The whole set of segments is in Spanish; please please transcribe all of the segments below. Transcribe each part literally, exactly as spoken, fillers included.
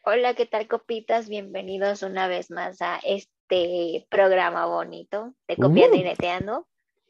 Hola, ¿qué tal, copitas? Bienvenidos una vez más a este programa bonito de Copiando y Uh, Neteando.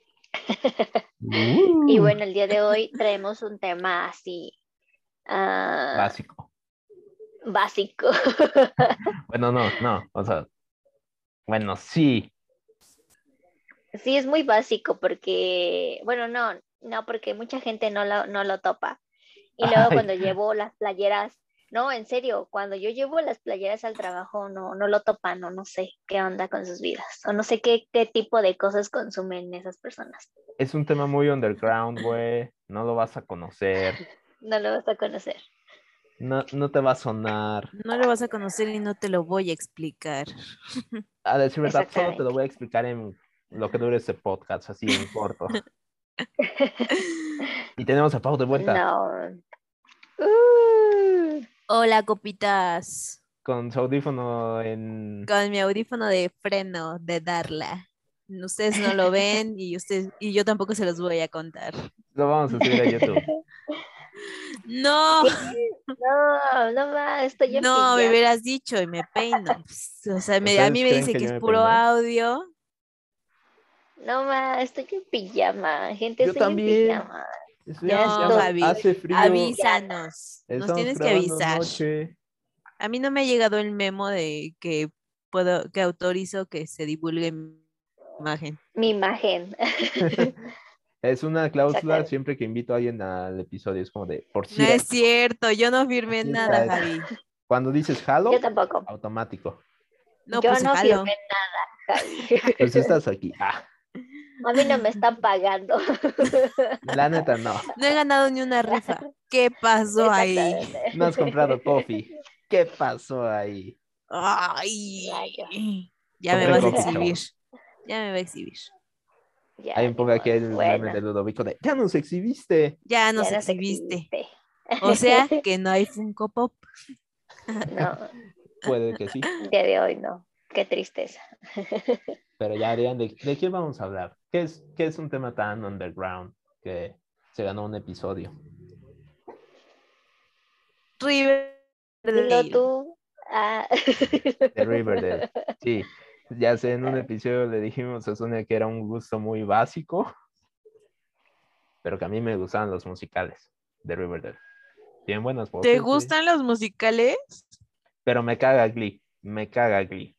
Y uh, bueno, el día de hoy traemos un tema así ah, básico. básico. Bueno, no, no, o sea, bueno, sí. Sí, es muy básico porque, bueno, no, no, porque mucha gente no lo, no lo topa. Y luego Ay, cuando llevo las playeras, no, en serio, cuando yo llevo las playeras al trabajo, no, no lo topan, o no sé qué onda con sus vidas, o no sé qué, qué tipo de cosas consumen esas personas. es un tema muy underground, güey. No lo vas a conocer. No lo vas a conocer. No, no te va a sonar. No lo vas a conocer y no te lo voy a explicar. A decir verdad, solo te lo Exactamente. voy a explicar en lo que dure este podcast, así en corto. Y tenemos a Pau de vuelta No. Uh, Hola, copitas. con su audífono en... Con mi audífono de freno de Darla. Ustedes no lo ven y ustedes y yo tampoco se los voy a contar. Lo vamos a subir a YouTube. No, ¿Qué? No, no más, estoy en no, me pijama. hubieras dicho y me peino. Pues, o sea, me- a ¿Ustedes mí me creen dice que que yo es me puro peiné? audio. No más, estoy en pijama. Gente, Yo estoy en también. pijama. Estoy en Ya No, pijama. estoy Javi, Hace frío. lesbiana. avísanos. Nos Estamos tienes que grabando avisar. noche. A mí no me ha llegado el memo de que puedo, que autorizo que se divulgue mi imagen. Mi imagen. Es una cláusula Exactamente. siempre que invito a alguien al episodio. Es como de, por No es cierto, cierto, yo no firmé aquí está. nada, Es- Javi. Cuando dices Yo jalo, tampoco. automático. No, Yo pues no jalo. firmé nada, Javi. Pues estás aquí. Ah, A mí no me están pagando. la neta, no. No he ganado ni una rifa. ¿Qué pasó ahí? No has comprado Exactamente. coffee. ¿Qué pasó ahí? Ay, Rayos. ya me Compren vas a coffee, exhibir. chavos. Ya me va a exhibir. Ahí Ya, me ni pongo aquí modo. el meme de Bueno, Ludovico de, ya nos exhibiste. Ya ya nos nos exhibiste. exhibiste. O sea que no hay Funko Pop. No, Puede que sí. el día de hoy no. Qué tristeza. Pero ya, Adrián, ¿de, de qué vamos a hablar? ¿Qué es, qué es un tema tan underground que se ganó un episodio? Dilo Riverdale. tú. Ah. De Riverdale. Sí, ya sé, en un episodio le dijimos a Sonia que era un gusto muy básico, pero que a mí me gustaban los musicales de Riverdale. Tienen buenas ¿Te voces, güey. gustan los musicales? Pero me caga Glee, me caga Glee.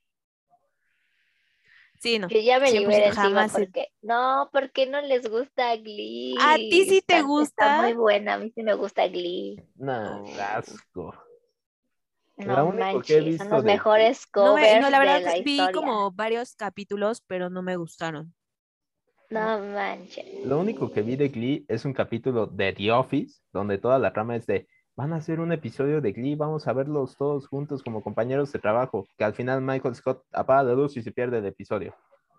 Sí, no. Que ya me cien por ciento libere encima jamás. he- porque no, porque no les gusta ¿A ti Glee. sí te Está, está gusta? muy buena, a mí sí me gusta Glee. Nah, qué Oh. asco. No Lo único que he manches, son visto los de Glee, mejores No me, no, covers la de verdad la vi historia. como varios capítulos, pero no me gustaron. No manches. lo único que vi de Glee es un capítulo de The Office, donde toda la trama es de, van a hacer un episodio de Glee, vamos a verlos todos juntos como compañeros de trabajo, que al final Michael Scott apaga la luz y se pierde el episodio.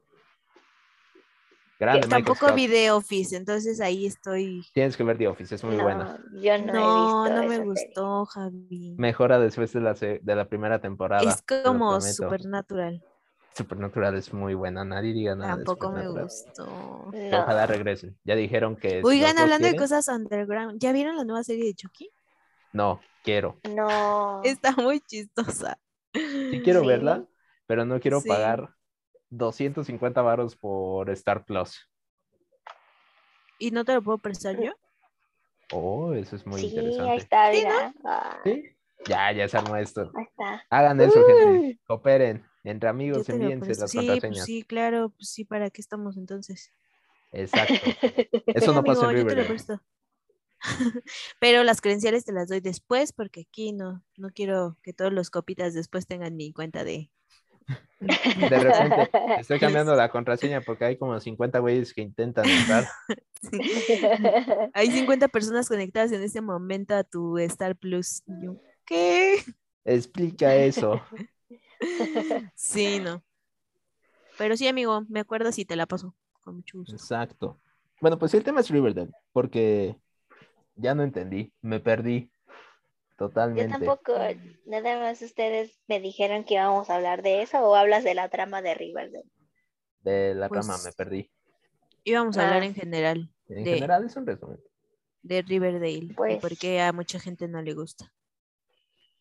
¿Qué? Grande Michael Tampoco Scott. vi The Office, entonces ahí estoy. Tienes que ver The Office, es muy buena. No, yo no he No, visto no me esa serie. gustó, Javi. Mejora después de la, se- de la primera temporada, Es te lo como prometo. Supernatural. Supernatural es muy buena, nadie diga nada de Tampoco me Supernatural. gustó. Que ojalá No, regresen. Ya dijeron que si los Oigan, dos hablando de quieren, cosas underground, ¿ya vieron la nueva serie de Chucky? no, quiero. no. Está muy chistosa. Sí quiero verla, Sí. pero no quiero Sí. pagar doscientos cincuenta varos por Star Plus. ¿Y no te lo puedo prestar yo? Oh, eso es muy Sí, ahí interesante. está, Sí, ¿no? mira. Ah, ¿Sí? Ya, ya se armó esto. ahí está. Hagan eso, gente. Uy. Cooperen. Entre Yo amigos, te lo envíense presto. las Sí, pues contraseñas. sí, claro, pues sí, ¿para qué estamos entonces? Exacto. Eso Sí, no pasa amigo, en yo te lo Riverdale. presto. Pero las credenciales te las doy después porque aquí no, no quiero que todos los copitas después tengan mi cuenta de... De repente estoy cambiando la contraseña porque hay como cincuenta güeyes que intentan entrar. Sí. Hay cincuenta personas conectadas en este momento a tu Star Plus. Y yo, ¿qué? Explica eso. Sí, no. Pero sí, amigo, me acuerdo si te la paso. Con mucho gusto. Exacto. Bueno, pues el tema es Riverdale, porque ya no entendí, me perdí Yo totalmente tampoco, nada más ustedes me dijeron que íbamos a hablar de eso o hablas de la trama de Riverdale. de la trama, me Pues perdí. íbamos a hablar Ah, en general En de, general es un resumen. de Riverdale y pues por qué a mucha gente no le gusta.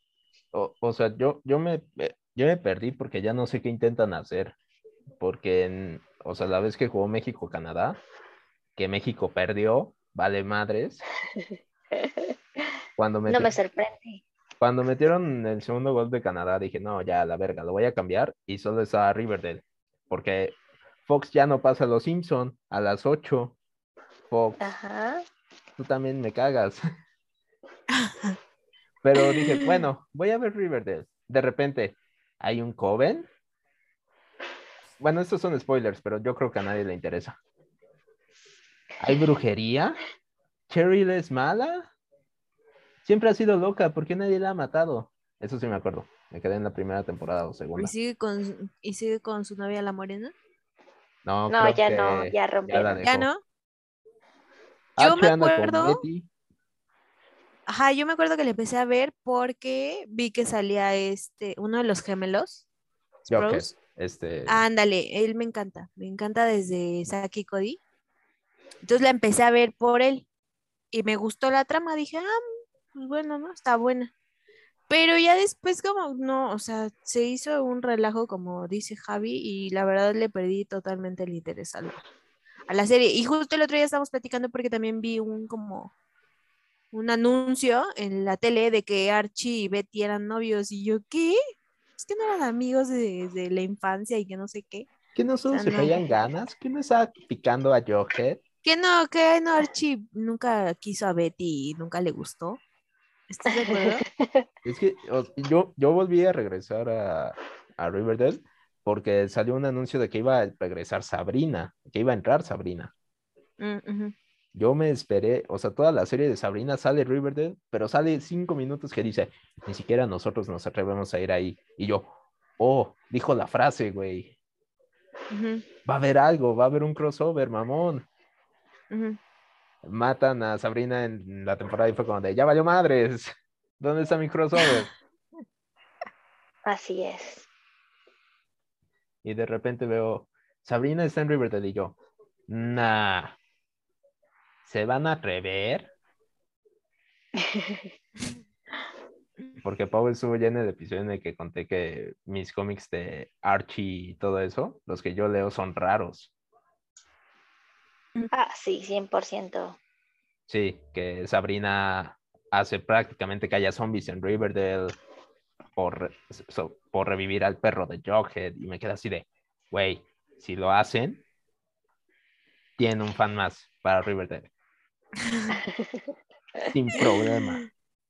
o, o sea, yo, yo me, eh, yo me perdí porque ya no sé qué intentan hacer. Porque, en- o sea, la vez que jugó México-Canadá, que México perdió, vale madres. Cuando, No meti- me sorprende. cuando metieron el segundo gol de Canadá, dije, no, ya, la verga, lo voy a cambiar. Y solo estaba Riverdale. Porque Fox ya no pasa a los Simpson a las ocho. Fox, Ajá. tú también me cagas. Pero dije, bueno, voy a ver Riverdale. De repente, hay un Coven. Bueno, estos son spoilers, pero yo creo que a nadie le interesa. ¿Hay brujería? ¿Cheryl es mala? Siempre ha sido loca, ¿por qué nadie la ha matado? Eso sí me acuerdo. Me quedé en la primera temporada o ¿Y segunda. sigue con, y sigue con su novia la morena? No, No, creo ya no, que ya ya la rompieron. ¿Ya dejó. no? Yo H me anda con acuerdo, Betty. ajá, yo me acuerdo que le empecé a ver porque vi que salía este, uno de los gemelos, Jughead. Sprouse. Este. Ándale, él me encanta, me encanta desde Saki y Cody. Entonces la empecé a ver por él y me gustó la trama, dije, ah, pues bueno, ¿no? Está buena. Pero ya después como no, o sea, se hizo un relajo como dice Javi y la verdad le perdí totalmente el interés a la, a la serie. Y justo el otro día estábamos platicando porque también vi un como un anuncio en la tele de que Archie y Betty eran novios y yo, ¿qué? Es que no eran amigos de, de la infancia y que no sé qué. ¿Que no O solo sea, se no. traían ganas? ¿Que no estaba picando a Jughead? Que no, que no, Archie nunca quiso a Betty y nunca le gustó. ¿Estás de acuerdo? Es que o- yo, yo volví a regresar a, a Riverdale porque salió un anuncio de que iba a regresar Sabrina, que iba a entrar Sabrina. Mm, ujú. Yo me esperé, o sea, toda la serie de Sabrina sale Riverdale, pero sale cinco minutos que dice, ni siquiera nosotros nos atrevemos a ir ahí. Y yo, oh, dijo la frase, güey. Ujú, Va a haber algo, va a haber un crossover, mamón. ujú. Matan a Sabrina en la temporada y fue como de, ya valió madres. ¿Dónde está mi crossover? Así es. Y de repente veo, Sabrina está en Riverdale y yo, nah, ¿se van a atrever? Porque Pau estuvo ya en el episodio en el que conté que mis cómics de Archie y todo eso, los que yo leo son raros. Ah, sí, cien por ciento. Sí, que Sabrina hace prácticamente que haya zombies en Riverdale por, re- so- por revivir al perro de Jughead y me queda así de, güey, si lo hacen, tienen un fan más para Riverdale, sin problema.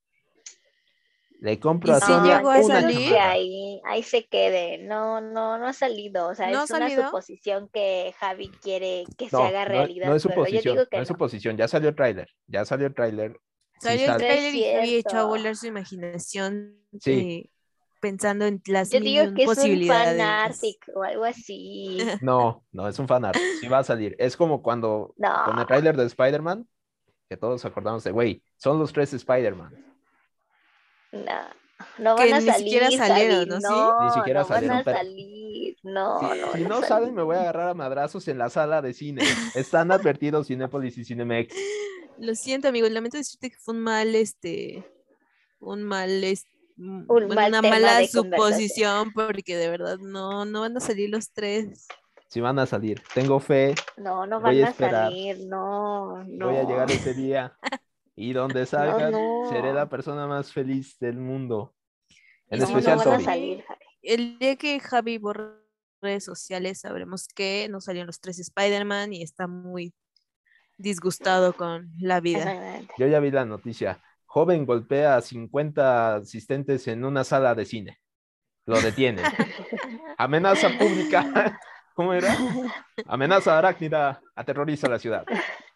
Le compro ¿Y a sí No, Sonia llegó a yo una digo que salir? chamarra. ahí, ahí se quede. No, no, no ha salido. O sea, ¿No ha es una salido? suposición que Javi quiere que se No, haga no, no realidad, es pero yo suposición, digo no que es no. suposición, ya salió el tráiler, ya salió el tráiler, sí Salió el sale, No es tráiler y Javi echó a cierto. volar su imaginación sí, eh, pensando en las Yo mil y digo un que es un fan posibilidades. artic o algo así. no, no es un fanart, sí va a salir, es como cuando con No, el tráiler de Spider-Man, que todos acordamos de, güey, son los tres Spider-Man, no, no Que van a ni siquiera salir, Javi. salieron, ¿no? ¿Sí? ni No, siquiera no van salieron, a pero salir. si, No, no si van a no salen me voy a salir. agarrar a madrazos en la sala de cine, están advertidos Cinépolis y Cinemex, Lo siento, amigo. Lamento decirte que fue un mal, este, un mal, es- mm, Un bueno, mal una tema mala de conversación. suposición, porque de verdad no, no van a salir los tres. si van a salir, tengo fe, No, no voy a van a esperar, salir. No, voy a no, llegar ese día. Y donde no, salgan, seré la no. persona más feliz del mundo. En Y si No, no especial van a Toby. salir, Javi, Javi. el día que Javi borre redes sociales, sabremos que no salieron los tres Spider-Man y está muy disgustado con la vida. Exactamente. Yo ya vi la noticia. Joven golpea a cincuenta asistentes en una sala de cine. Lo detienen. Amenaza pública. ¿Cómo era? Amenaza arácnida. Aterroriza la ciudad.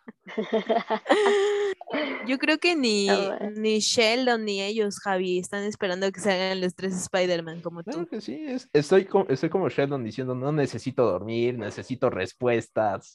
Yo creo que No, ni, ma- ni Sheldon ni ellos, Javi, están esperando que salgan los tres Spider-Man como Claro tú. que sí. es- estoy, co- estoy como Sheldon diciendo, no necesito dormir, necesito respuestas.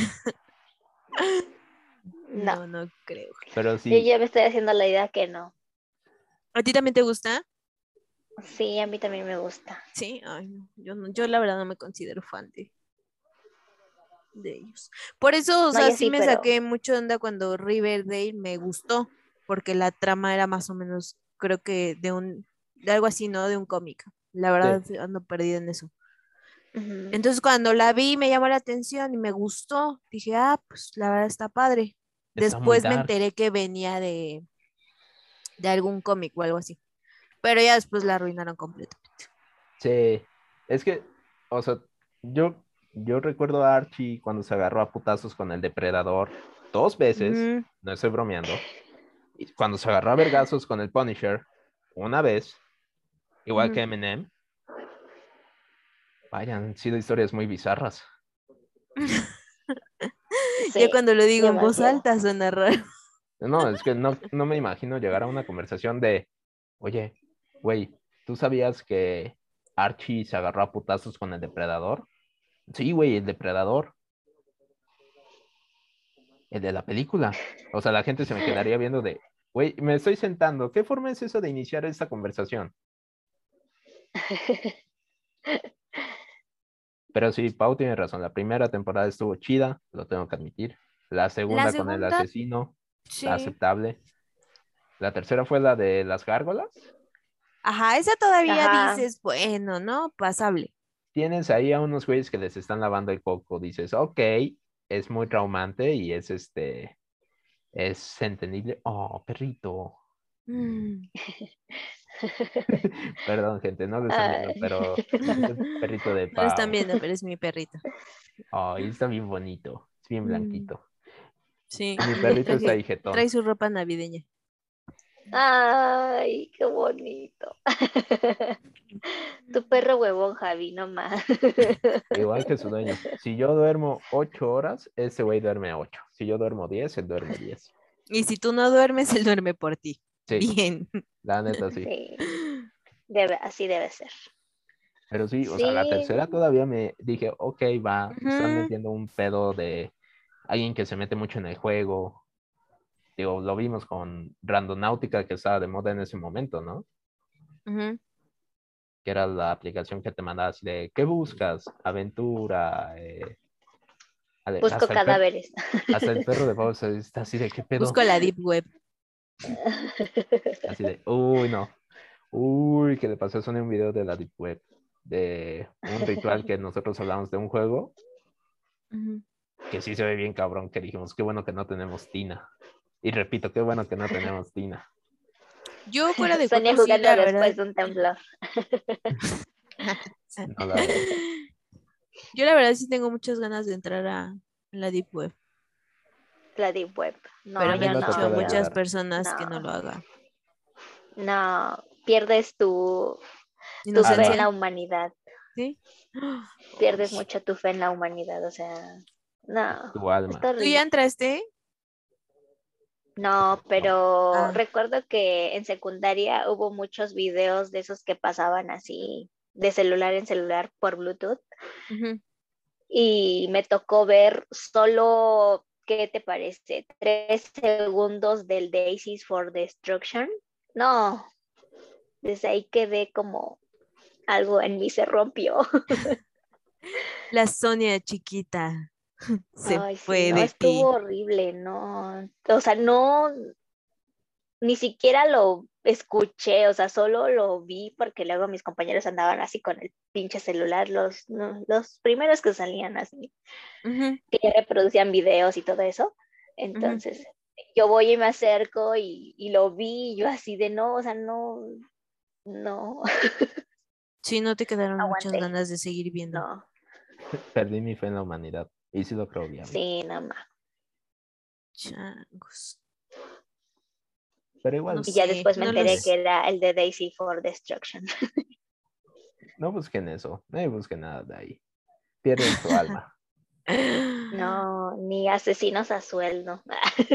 no. No, no creo. Pero Yo sí, ya me estoy haciendo la idea que no. ¿A ti también te gusta? Sí, a mí también me gusta. Sí, ay, no. Yo, no, yo la verdad no me considero fan de, de ellos. Por eso, o No, sea, yo sí sí, me pero saqué mucho de onda cuando Riverdale me gustó, porque la trama era más o menos, creo que de un de algo así, ¿no? De un cómic. La verdad, ando perdida en eso. Ujú. Entonces, cuando la vi, me llamó la atención y me gustó. Dije, ah, pues la verdad está padre. Está muy Después me dark. enteré que venía de, de algún cómic o algo así. Pero ya después la arruinaron completamente. Sí, es que, o sea, yo, yo recuerdo a Archie cuando se agarró a putazos con el depredador dos veces, Ujú, no estoy bromeando, y cuando se agarró a vergazos con el Punisher una vez, igual ujú. que Eminem, vaya, han sido historias muy bizarras. Ya Sí, cuando lo digo en voz demasiado. alta suena raro. No, es que no, no me imagino llegar a una conversación de, oye, güey, ¿tú sabías que Archie se agarró a putazos con el depredador? Sí, güey, el depredador. El de la película. O sea, la gente se me quedaría viendo de, güey, me estoy sentando. ¿Qué forma es eso de iniciar esta conversación? Pero sí, Pau tiene razón. La primera temporada estuvo chida, lo tengo que admitir. La La segunda con el segunda, asesino, sí. aceptable. La tercera fue la de las gárgolas. Ajá, esa todavía Ajá. dices, bueno, ¿no? Pasable. Tienes ahí a unos güeyes que les están lavando el coco. Dices, ok, es muy traumante y es este, es entendible. Oh, perrito. Mm. Perdón, gente, no lo están viendo, Ay. pero es el perrito de No lo están Pau. viendo, pero es mi perrito. Ay, está bien bonito, es bien Mm, blanquito. sí, Y mi y le perrito está traje, ahí jetón. trae su ropa navideña. Ay, qué bonito. Tu perro huevón, Javi, no más. Igual que su dueño. Si yo duermo ocho horas, ese güey duerme ocho. Si yo duermo diez, él duerme diez. Y si tú no duermes, él duerme por ti. Sí, Bien. la neta sí. Sí, debe, así debe ser. Pero sí, o sea, la Sí, tercera todavía me dije, ok, va, están Ujú, metiendo un pedo de alguien que se mete mucho en el juego. Digo, lo vimos con Randonáutica, que estaba de moda en ese momento, ¿no? ujú. Que era la aplicación que te mandaba así de, ¿qué buscas? Aventura, eh, ale- busco hasta el perro, cadáveres. hasta el perro de Bob se- está así de, ¿qué pedo? Busco la Deep Web. Así de, uy, no. Uy, que le pasó a Sony un video de la Deep Web, de un ritual que nosotros hablamos de un juego, Ujú. que sí se ve bien cabrón, que dijimos, qué bueno que no tenemos Tina. Y repito, qué bueno que no tenemos Tina. Yo fuera de Sonia coto, sí, jugando la verdad. después de un temblor. No, la verdad. Yo la verdad sí tengo muchas ganas de entrar a la Deep Web, La Deep Web. pero No, A mí me yo han me ha dicho no, tocado yo muchas ayudar. personas que no no, lo haga. no. Pierdes tu, tu fe en Alma, Inocencia, la humanidad. ¿sí? Pierdes Uy. mucho tu fe en la humanidad. O sea, no, tu alma. está ¿Tú ya horrible. entraste? No, No. pero Ah, recuerdo que en secundaria hubo muchos videos de esos que pasaban así de celular en celular por Bluetooth ujú. y me tocó ver solo, ¿qué te parece? Tres segundos del Daisies for Destruction. No, desde ahí quedé como algo en mí se rompió. La Sonia chiquita se Ay, sí, fue no, de estuvo ti. horrible, no. O sea, no, ni siquiera lo escuché, o sea, solo lo vi porque luego mis compañeros andaban así con el pinche celular, los, no, los primeros que salían así, Ujú, que ya reproducían videos y todo eso. ujú. Entonces, yo voy y me acerco y, y lo vi y yo así de no, o sea, no, no, Sí, no te quedaron muchas aguanté, ganas de seguir viendo. no, Perdí mi fe en la humanidad. Y sí lo creo viable. sí, nada más. Changos. Pero No igual, Y ya sé, después me no enteré que los... era el de Daisy for Destruction. no busquen eso. No busquen nada de ahí. Pierden su alma. No, ni asesinos a sueldo.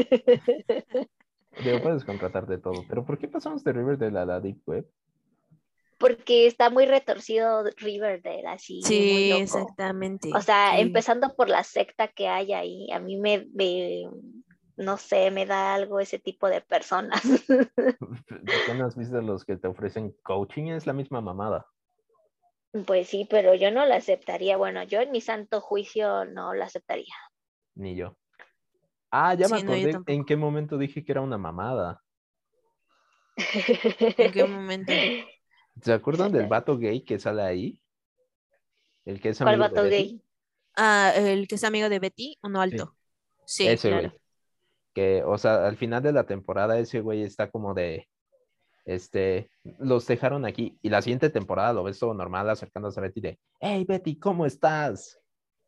Digo, puedes contratar de todo. Pero ¿por qué pasamos de Riverdale a la Deep Web? Porque está muy retorcido Riverdale, así, muy Sí, loco. O exactamente. sea, Sí. empezando por la secta que hay ahí, a mí me, me- no sé, me da algo ese tipo de personas. ¿Por qué no has visto los que te ofrecen coaching? Es la misma mamada. Pues sí, pero yo no la aceptaría. Bueno, yo en mi santo juicio no la aceptaría. Ni yo. Ah, ya me Sí, no, yo acordé en tampoco. qué momento dije que era una mamada. ¿En qué momento? ¿Se acuerdan del vato gay que sale ahí? El que es ¿Cuál amigo de vato Betty. gay? Ah, el que es amigo de Betty, uno Sí, alto. Sí, ese claro. güey. Que, o sea, al final de la temporada ese güey está como de, este, los dejaron aquí. Y la siguiente temporada lo ves todo normal acercándose a Betty de, hey Betty, ¿cómo estás?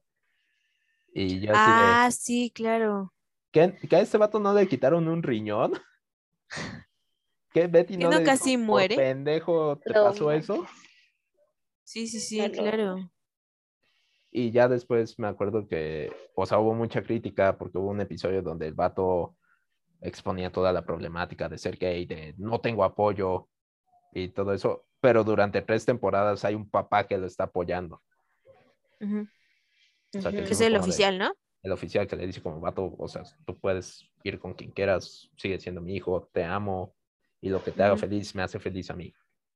Y yo así de, Ah, sí, claro. ¿qué, ¿que a este vato no le quitaron un riñón? ¿Qué Betty Que no no le casi dijo, por muere. pendejo, te No pasó manches. eso? Sí, sí, No, sí, no. claro. Y ya después me acuerdo que, o sea, hubo mucha crítica porque hubo un episodio donde el vato exponía toda la problemática de ser gay, de no tengo apoyo y todo eso, pero durante tres temporadas hay un papá que lo está apoyando. Ujú. O sea, que sí Que es Ujú. fue el como de, oficial, ¿no? el oficial que le dice como, vato, o sea, tú puedes ir con quien quieras, sigue siendo mi hijo, te amo y lo que te haga Ujú. feliz me hace feliz a mí.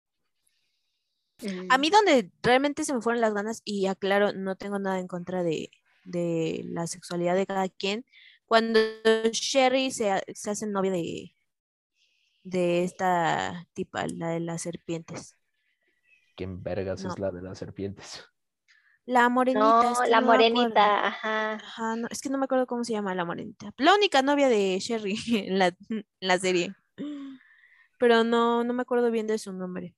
A Mm. mí donde realmente se me fueron las ganas, y aclaro, no tengo nada en contra de, de la sexualidad de cada quien, cuando Sherry se, ha- se hace novia de, de esta tipa, la de las serpientes. ¿Quién vergas es No, la de las serpientes? la morenita, es No, que la no me acuerdo. morenita, ajá. Ajá, no, es que no me acuerdo cómo se llama la morenita. La única novia de Sherry en la, en la serie. Pero no, no me acuerdo bien de su nombre.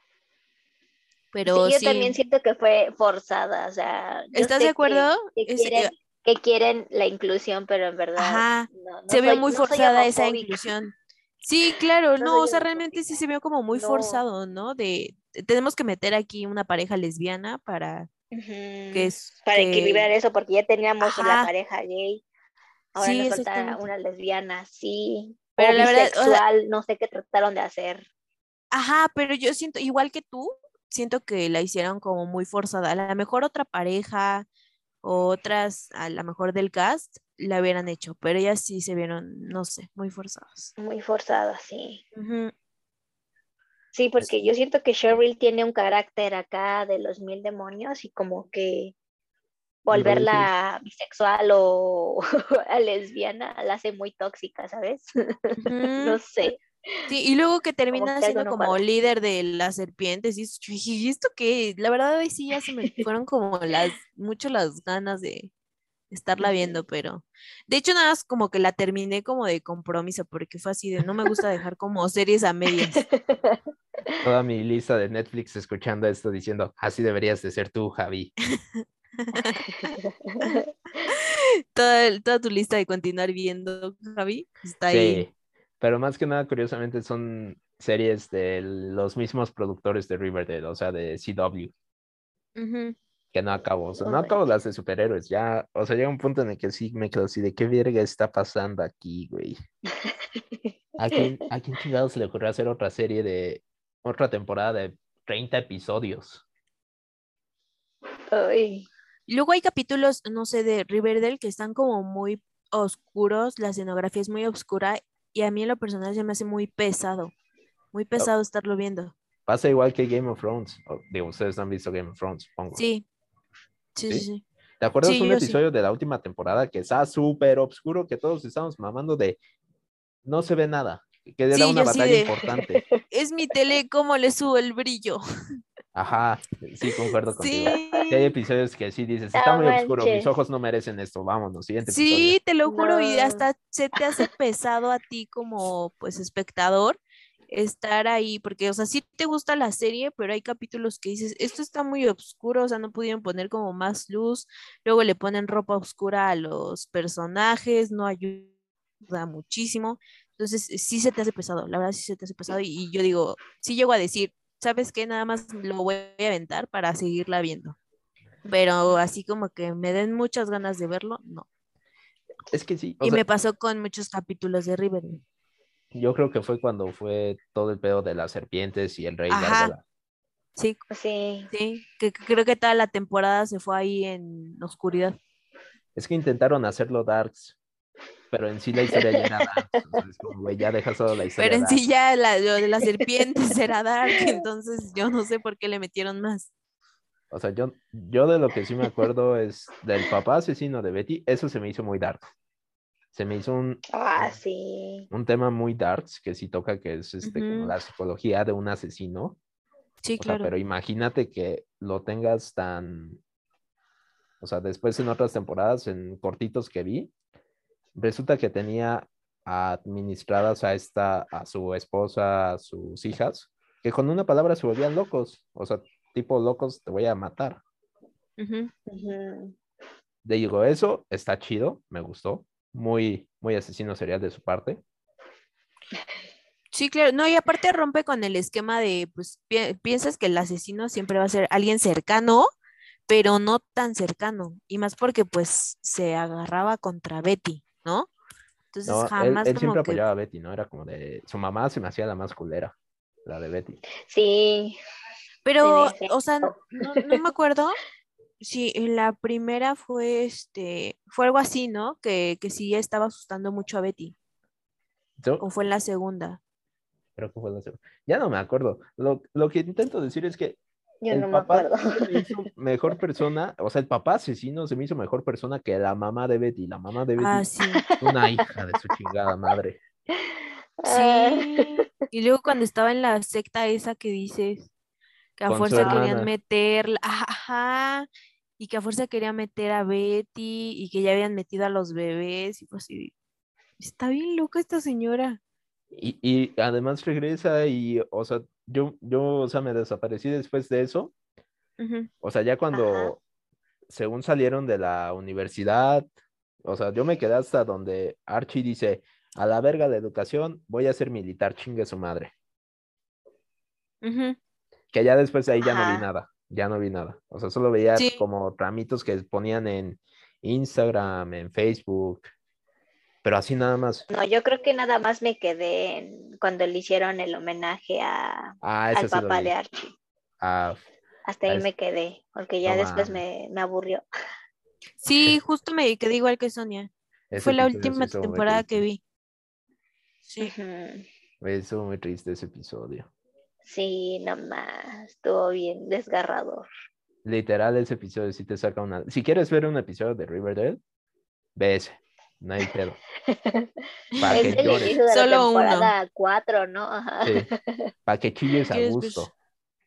Sí, Pero yo también sí, siento que fue forzada, o sea, yo ¿estás de sé que, acuerdo? que Es, quieren, eh, que quieren la inclusión, pero en verdad ajá, no, no se vio soy, muy no soy forzada esa homofóbica, inclusión. Sí, claro, no no, o soy sea, realmente sí homofóbica, se vio como muy no. forzado, ¿no? De, de- tenemos que meter aquí una pareja lesbiana para que Ujú. es Para que, equilibrar eso, porque ya teníamos la ajá, pareja gay, ahora sí, nos falta exactamente. una lesbiana, sí, o Pero la verdad, o sea, bisexual, no sé qué trataron de hacer. ajá, pero yo siento, igual que tú, siento que la hicieron como muy forzada. A lo mejor otra pareja o otras, a lo mejor del cast, la hubieran hecho, pero ellas sí se vieron, no sé, muy forzadas. Muy forzado, sí. Ujú. Sí, porque yo Sí. siento que Cheryl tiene un carácter acá de los mil demonios y como que Lo dices. volverla bisexual o a lesbiana la hace muy tóxica, ¿sabes? Ujú. No sé, Sí, y luego que como termina que algo siendo no como cuadra. líder de las serpientes, y, es- y esto que, la verdad, ahí sí ya se me fueron como las, mucho las ganas de estarla Ujú. viendo, pero de hecho nada más como que la terminé como de compromiso, porque fue así de no me gusta dejar como series a medias. Toda mi lista de Netflix escuchando esto diciendo, así deberías de ser tú, Javi. Toda, el- toda tu lista de continuar viendo, Javi, está ahí. Sí, pero más que nada, curiosamente, son series de los mismos productores de Riverdale, o sea, de C W, Ujú. que no acabo, o sea, No no acabo las manches. de superhéroes, ya, o sea, llega un punto en el que sí me quedo así de qué verga está pasando aquí, güey. ¿A quién, a quién chingados se le ocurrió hacer otra serie de, otra temporada de treinta episodios? Ay. Y luego hay capítulos, no sé, de Riverdale que están como muy oscuros, la escenografía es muy oscura y a mí en lo personal se me hace muy pesado, muy Oh, pesado estarlo viendo. pasa igual que Game of Thrones, o, digo, ustedes no han visto Game of Thrones, supongo, Sí, sí, sí, ¿sí? sí. ¿Te acuerdas Sí, un yo sí. episodio de la última temporada que está súper oscuro, que todos estamos mamando de no se ve nada, que era Sí, una yo sí batalla de, importante? es mi tele, ¿cómo le subo el brillo? Ajá, sí, concuerdo contigo. Que hay Sí, episodios que sí dices, está No muy oscuro, mis manches. ojos no merecen esto, vámonos, siguiente episodio. sí, te lo juro, y No. hasta se te hace pesado a ti como pues espectador estar ahí, porque o sea, sí te gusta la serie, pero hay capítulos que dices, esto está muy oscuro, o sea, no pudieron poner como más luz, luego le ponen ropa oscura a los personajes, no ayuda muchísimo, entonces sí se te hace pesado, la verdad sí se te hace pesado, y, y yo digo, sí llego a decir, ¿sabes qué? Nada más lo voy a aventar para seguirla viendo, pero así como que me den muchas ganas de verlo, no. Es que sí, o Y sea, me pasó con muchos capítulos de Riverdale. yo creo que fue cuando fue todo el pedo de las serpientes y el rey Ajá, gárgola. sí, Sí. sí, que, que creo que toda la temporada se fue ahí en oscuridad. Es que intentaron hacerlo darks, pero en sí la historia ya era darks, o sea, es como, güey, ya dejas solo la Pero historia en sí darks. ya la, lo de las serpientes era Dark, entonces yo no sé por qué le metieron más. O sea, yo, yo de lo que sí me acuerdo es del papá asesino de Betty, eso se me hizo muy dark. Se me hizo un, Ah, sí. un tema muy darks que sí toca, que es este, como Ujú. la psicología de un asesino. Sí, O sea, claro. pero imagínate que lo tengas tan, o sea, después en otras temporadas, en cortitos que vi, resulta que tenía administradas a esta, a su esposa, a sus hijas, que con una palabra se volvían locos, o sea, tipo locos, te voy a matar. Ujú. Ujú. Le digo, eso está chido, me gustó, muy, muy asesino serial de su parte. Sí, claro. No, y aparte rompe con el esquema de, pues, pi- piensas que el asesino siempre va a ser alguien cercano, pero no tan cercano. Y más porque, pues, se agarraba contra Betty, ¿no? Entonces, No, él, jamás él como siempre que, apoyaba a Betty, ¿no? Era como de, su mamá se me hacía la más culera, la de Betty. Sí, en pero, o sea, efecto. no, no me acuerdo si en la primera fue, este, fue algo así, ¿no? Que, que sí estaba asustando mucho a Betty, Yo o fue en la segunda. creo que fue la segunda. Ya no me acuerdo. Lo, lo que intento decir es que Yo el no me papá acuerdo. sí se me hizo mejor persona, o sea, el papá asesino se me hizo mejor persona que la mamá de Betty. La mamá de Betty Ah, es sí. una hija de su chingada madre. Ah, Sí. Y luego cuando estaba en la secta esa que dices, que a Con su fuerza querían hermana. meterla, ajá, y que a fuerza quería meter a Betty y que ya habían metido a los bebés y pues sí, está bien loca esta señora. Y, y además regresa y, o sea, yo, yo, o sea, me desaparecí después de eso. Ujú, O sea, ya ajá. cuando, según salieron de la universidad, o sea, yo me quedé hasta donde Archie dice, a la verga de educación, voy a ser militar, chingue su madre. ujú. Que ya después de ahí ya no vi Ajá. nada, ya no vi nada. O sea, solo veía Sí, como tramitos que ponían en Instagram, en Facebook, pero así nada más. No, yo creo que nada más me quedé en cuando le hicieron el homenaje a, Ah, ese al sí lo papá de vi. Archie. Ah, Hasta ah, ahí es- me quedé, porque no ya después mames, me, me aburrió. sí, justo me quedé igual que Sonia. ese Fue la episodio sí última estuvo muy temporada que triste. vi. Sí. Ujú. Estuvo muy triste ese episodio. Sí, nomás, estuvo bien desgarrador. Literal, ese episodio sí te saca una. Si quieres ver un episodio de Riverdale, ve ese. No hay pedo. Para Es que del llores. inicio de la Solo uno. temporada cuatro, ¿no? Ajá. Sí. Para que Si chilles a quieres ver. gusto.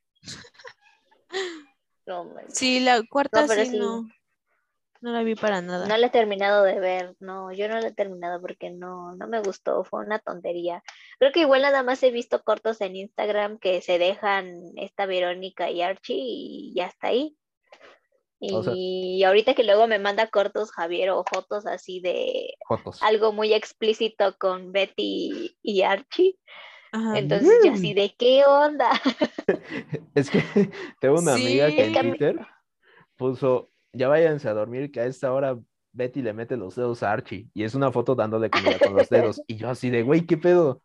No Sí, manches. la No, cuarta pero sí sí, no, no la vi para no nada. la he terminado de ver. No, yo no la he terminado porque no, no me gustó. Fue una tontería. Creo que igual nada más he visto cortos en Instagram que se dejan esta Verónica y Archie y ya está ahí. O sea, Y ahorita que luego me manda cortos Javier o fotos así de Jotos. algo muy explícito con Betty y Archie. Ajá. Entonces yo así de qué onda. Es que tengo una amiga que Es en que a Sí. mí, Twitter puso, ya váyanse a dormir, que a esta hora Betty le mete los dedos a Archie. Y es una foto dándole comida con los dedos. Y yo así de, güey, ¿qué pedo?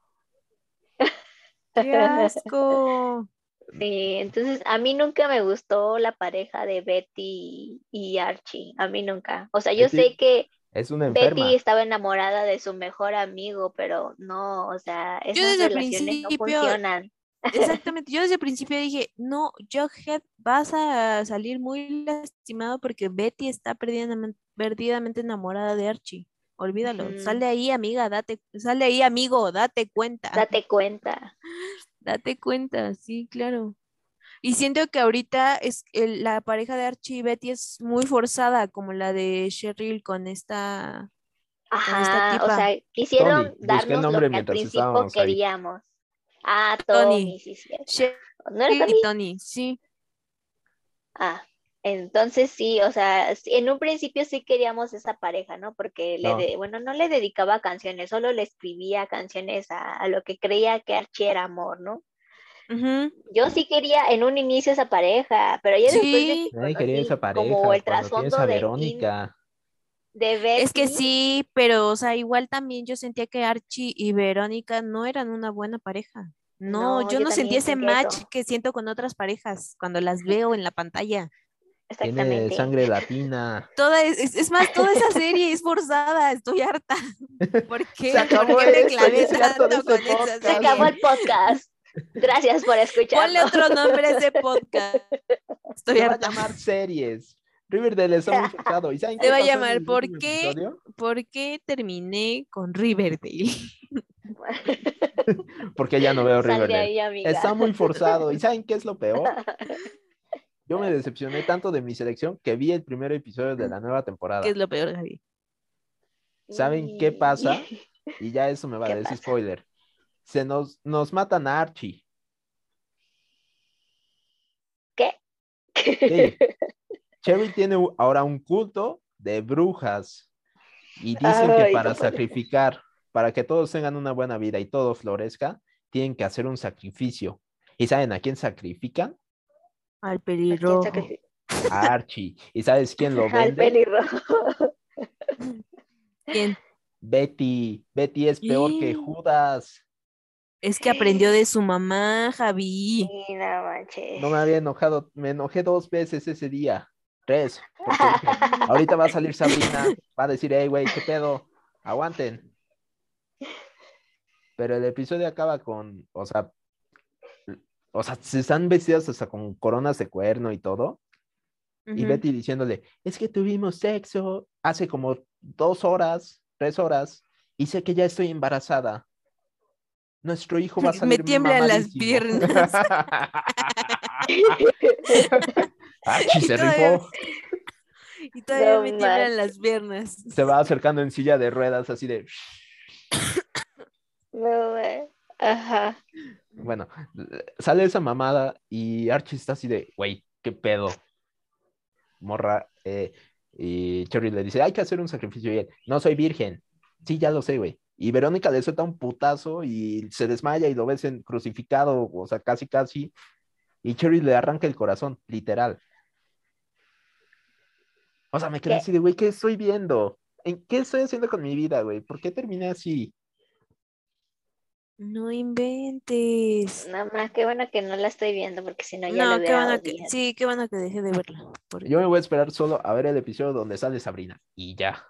Qué asco. sí, entonces a mí nunca me gustó la pareja de Betty y Archie, a mí nunca. O sea, yo Betty sé que es una Betty enferma. estaba enamorada de su mejor amigo, pero no, o sea, Yo esas desde el relaciones no principio, funcionan. exactamente, yo desde el principio dije, no, Jughead, vas a salir muy lastimado porque Betty está perdidamente, perdidamente enamorada de Archie. Olvídalo. Sal Ujú, de ahí, amiga, date, sal de ahí, amigo, date cuenta. date cuenta. Date cuenta, sí, claro. Y siento que ahorita es el- la pareja de Archie y Betty es muy forzada, como la de Cheryl con esta, con esta Ajá, o tipa, sea, quisieron Tony, busqué el darnos lo nombre que al mientras principio estábamos ahí. queríamos. Ah, Tony. Tommy, sí, sí. Cheryl ¿No era Tommy? y Tony, sí. Ah, entonces sí, o sea, sí, en un principio sí queríamos esa pareja, ¿no? Porque le, No, de, bueno, no le dedicaba canciones, solo le escribía canciones a, a lo que creía que Archie era amor, ¿no? Ujú, Yo sí quería en un inicio esa pareja, pero ya después de que sí, nadie quería esa conocí como pareja el cuando tienes a trasfondo de, In- Verónica. de es que Betty, sí, pero, o sea, igual también yo sentía que Archie y Verónica no eran una buena pareja. No, no, yo yo no sentía también ese sentía match eso, que siento con otras parejas cuando las veo en la pantalla. Tiene exactamente. sangre latina. Toda es, es- es más, toda esa serie es forzada, estoy harta. ¿Por Se qué? ¿Por acabó qué me esto, ya clavé estoy harto de tanto este con esa Se acabó podcast. serie? el podcast. Gracias por Ponle escucharnos. otro nombre a ese podcast. Estoy Se va a harta. llamar series. Riverdale está muy forzado. ¿Y saben Se qué va a pasó en llamar el ¿Por último qué? episodio? ¿Por qué terminé con Riverdale? Porque ya no veo Sal de Riverdale. ahí, amiga. Está muy forzado. ¿Y saben qué es lo peor? Yo me decepcioné tanto de mi selección que vi el primer episodio de la nueva ¿Qué temporada. es lo peor, Javi? ¿Saben qué pasa? Y ya eso me va a ¿Qué decir pasa? spoiler. Se nos, nos matan a Archie. ¿Qué? Sí. Cherry tiene u- ahora un culto de brujas y dicen que Ay, para no puede ser. sacrificar, para que todos tengan una buena vida y todo florezca, tienen que hacer un sacrificio. ¿Y saben a quién sacrifican? Al ¿A quién pelirrojo. sacrifica? A Archie. ¿Y sabes quién lo Al vende? pelirrojo. ¿Quién? Betty. Betty es peor que Judas. Es que aprendió de su mamá, Javi. Sí, no manches. No me había enojado, me enojé dos veces ese día. Tres. Porque dije, ahorita va a salir Sabrina, va a decir, hey, güey, ¿qué pedo? Aguanten. Pero el episodio acaba con, o sea, o sea, se están vestidas hasta con coronas de cuerno y todo. Y Ujú. Betty diciéndole, es que tuvimos sexo hace como dos horas, tres horas, y sé que ya estoy embarazada. Nuestro hijo va a Me salir tiemblan las mamadísimo. piernas. Archie Y se todavía, rifó. y todavía No me tiemblan manches. las piernas. Se va acercando en silla de ruedas, así de. No, man. Ajá. Bueno, sale esa mamada y Archie está así de, güey, ¿qué pedo? Morra. eh, y Cherry le dice, hay que hacer un sacrificio. Y él, no soy virgen. Sí, ya lo sé, güey. Y Verónica le suelta un putazo y se desmaya y lo ves en crucificado, o sea, casi, casi. Y Cherry le arranca el corazón, literal. O sea, me quedé ¿Qué? así de, güey, ¿qué estoy viendo? ¿En qué estoy haciendo con mi vida, güey? ¿Por qué terminé así? No inventes. Nada más, qué bueno que no la estoy viendo porque si no ya lo No, qué hubiera bueno que, odiado. sí, qué bueno que dejé de verla. Porque Yo me voy a esperar solo a ver el episodio donde sale Sabrina. Y ya.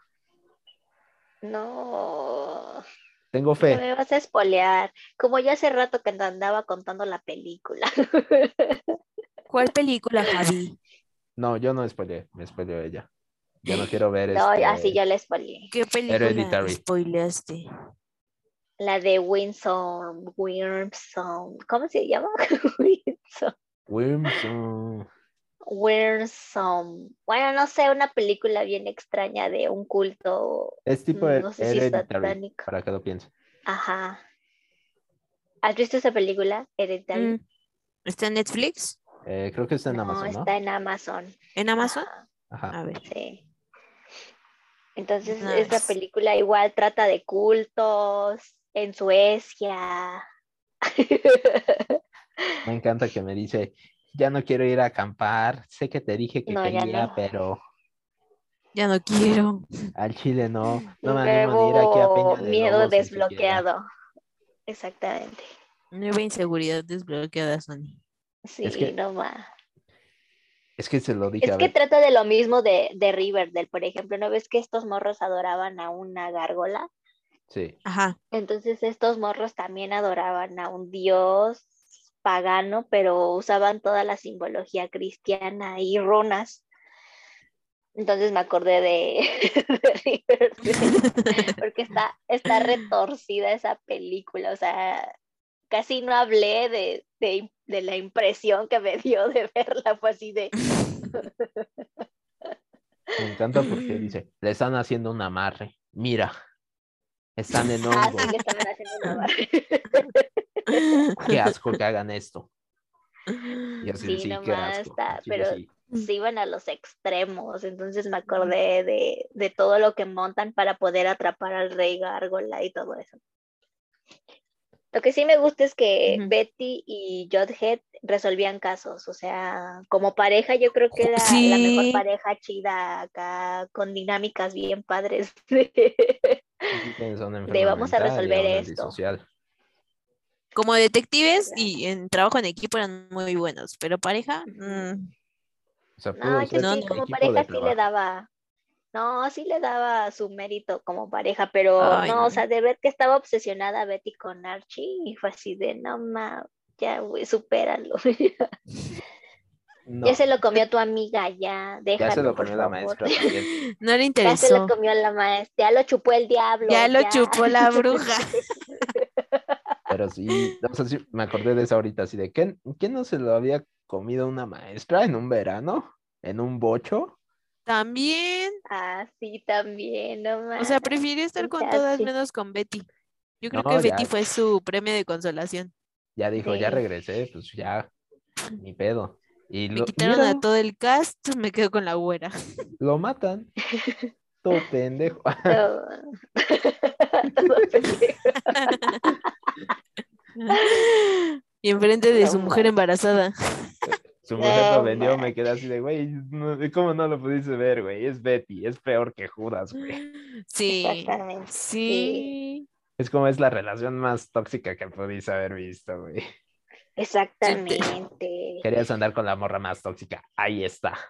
No, Tengo ya fe. me vas a espolear. Como ya hace rato que te andaba contando la película. ¿cuál película, Javi? No, yo no spoileé, me spoileó ella. Yo no quiero ver No, así este ya la espoleé. ¿Qué película Hereditary. spoileaste? La de Winsome, Winsome, ¿cómo se llama? Winsome. Wilson. Winsome. Bueno, no sé, una película bien extraña de un culto, Es tipo no sé si Hereditary, satánico. para que lo piense. Ajá. ¿Has visto esa película, Hereditary? Mm, ¿está en Netflix? Eh, creo que está en No, Amazon, está ¿no? en Amazon. ¿En Amazon? Ajá, Ajá. A ver. sí. Entonces, esa Nice. película igual trata de cultos en Suecia. Me encanta que me dice, ya no quiero ir a acampar. Sé que te dije que No, ya quería, no. pero Ya no quiero. al Chile no. No me animo ni ir aquí a Nuevo Peña de miedo Lobos ni siquiera. desbloqueado. Exactamente. Nueva inseguridad desbloqueada, Sony. Es Sí, que, no más. es que se lo dije, Es a que ver. trata de lo mismo de, de Riverdale, por ejemplo. ¿No ves que estos morros adoraban a una gárgola? Sí. Ajá. Entonces estos morros también adoraban a un dios pagano, pero usaban toda la simbología cristiana y runas. Entonces me acordé de, de Riverdale, porque está, está retorcida esa película. O sea, casi no hablé de, de, de la impresión que me dio de verla. Fue así de, Me encanta porque dice, le están haciendo un amarre. Mira, están en ah, sí, hongos. le estaban haciendo una barra. Qué asco que hagan esto. Y así de Sí, sí, qué nomás asco. Al está, Chile pero sí. se iban a los extremos, entonces me acordé de, de todo lo que montan para poder atrapar al rey gárgola y todo eso. Lo que sí me gusta es que Ujú. Betty y Jughead resolvían casos, o sea, como pareja yo creo que era la mejor Sí, pareja chida acá, con dinámicas bien padres Tienes una de enferma vamos a mental y a resolver una esto. antisocial. como detectives ¿Verdad? y en trabajo en equipo eran muy buenos, pero pareja, Ujú. mm, O sea, No, pudo yo ser no, sí, no. como equipo de pareja sí le trabajo. daba. No, sí le daba su mérito como pareja, pero Ay, no, o no. sea, de ver que estaba obsesionada Betty con Archie y fue así de, no, ma, ya, güey, supéralo. Ya No, se lo comió tu amiga, ya, ya se déjalo, lo por comió la favor. maestra también. No le Ya se lo interesó. comió la maestra, ya lo chupó el diablo, Ya lo ya. chupó la bruja. Pero sí, o sea, sí, me acordé de eso ahorita, así de, ¿qué, ¿qué no se lo había comido una maestra en un verano? ¿En un bocho? También, Ah, sí, también, no o sea, más. prefiere estar con Ya todas sí, menos con Betty. Yo creo que No, Betty ya, fue su premio de consolación. ya dijo, ya sí. regresé, pues ya, ni pedo. Y, Me lo, y quitaron a míralo, todo el cast, me quedo con la güera. lo matan, todo pendejo. Todo, todo pendejo. Y enfrente de No su mujer más. embarazada. Su mujer lo No vendió, me más. quedé así de, güey, no- ¿cómo no lo pudiste ver, güey? Es Betty, es peor que Judas, güey. Sí, Exactamente. Sí, sí. Es como es la relación más tóxica que pudiste haber visto, güey. Tú te- exactamente. Querías andar con la morra más tóxica, ahí está.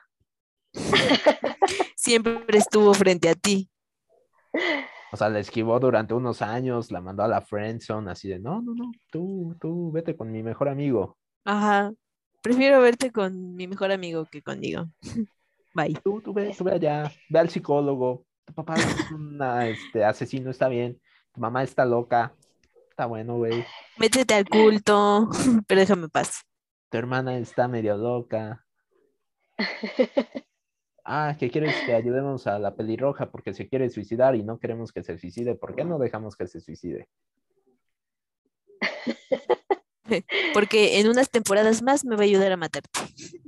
Siempre estuvo frente a ti. O sea, la esquivó durante unos años, la mandó a la friendzone, así de, no, no, no, tú, tú, vete con mi mejor amigo. Ajá. Prefiero verte con mi mejor amigo que conmigo. Bye. Tú, tú ve, Es- tú ve allá, ve al psicólogo. Tu papá es un este, asesino, está bien. Tu mamá está loca, está bueno, güey. Métete al culto, pero déjame en paz. Tu hermana está medio loca. Ah, que quieres que ayudemos a la pelirroja porque se quiere suicidar y no queremos que se suicide. ¿Por qué no dejamos que se suicide? Porque en unas temporadas más me va a ayudar a matarte.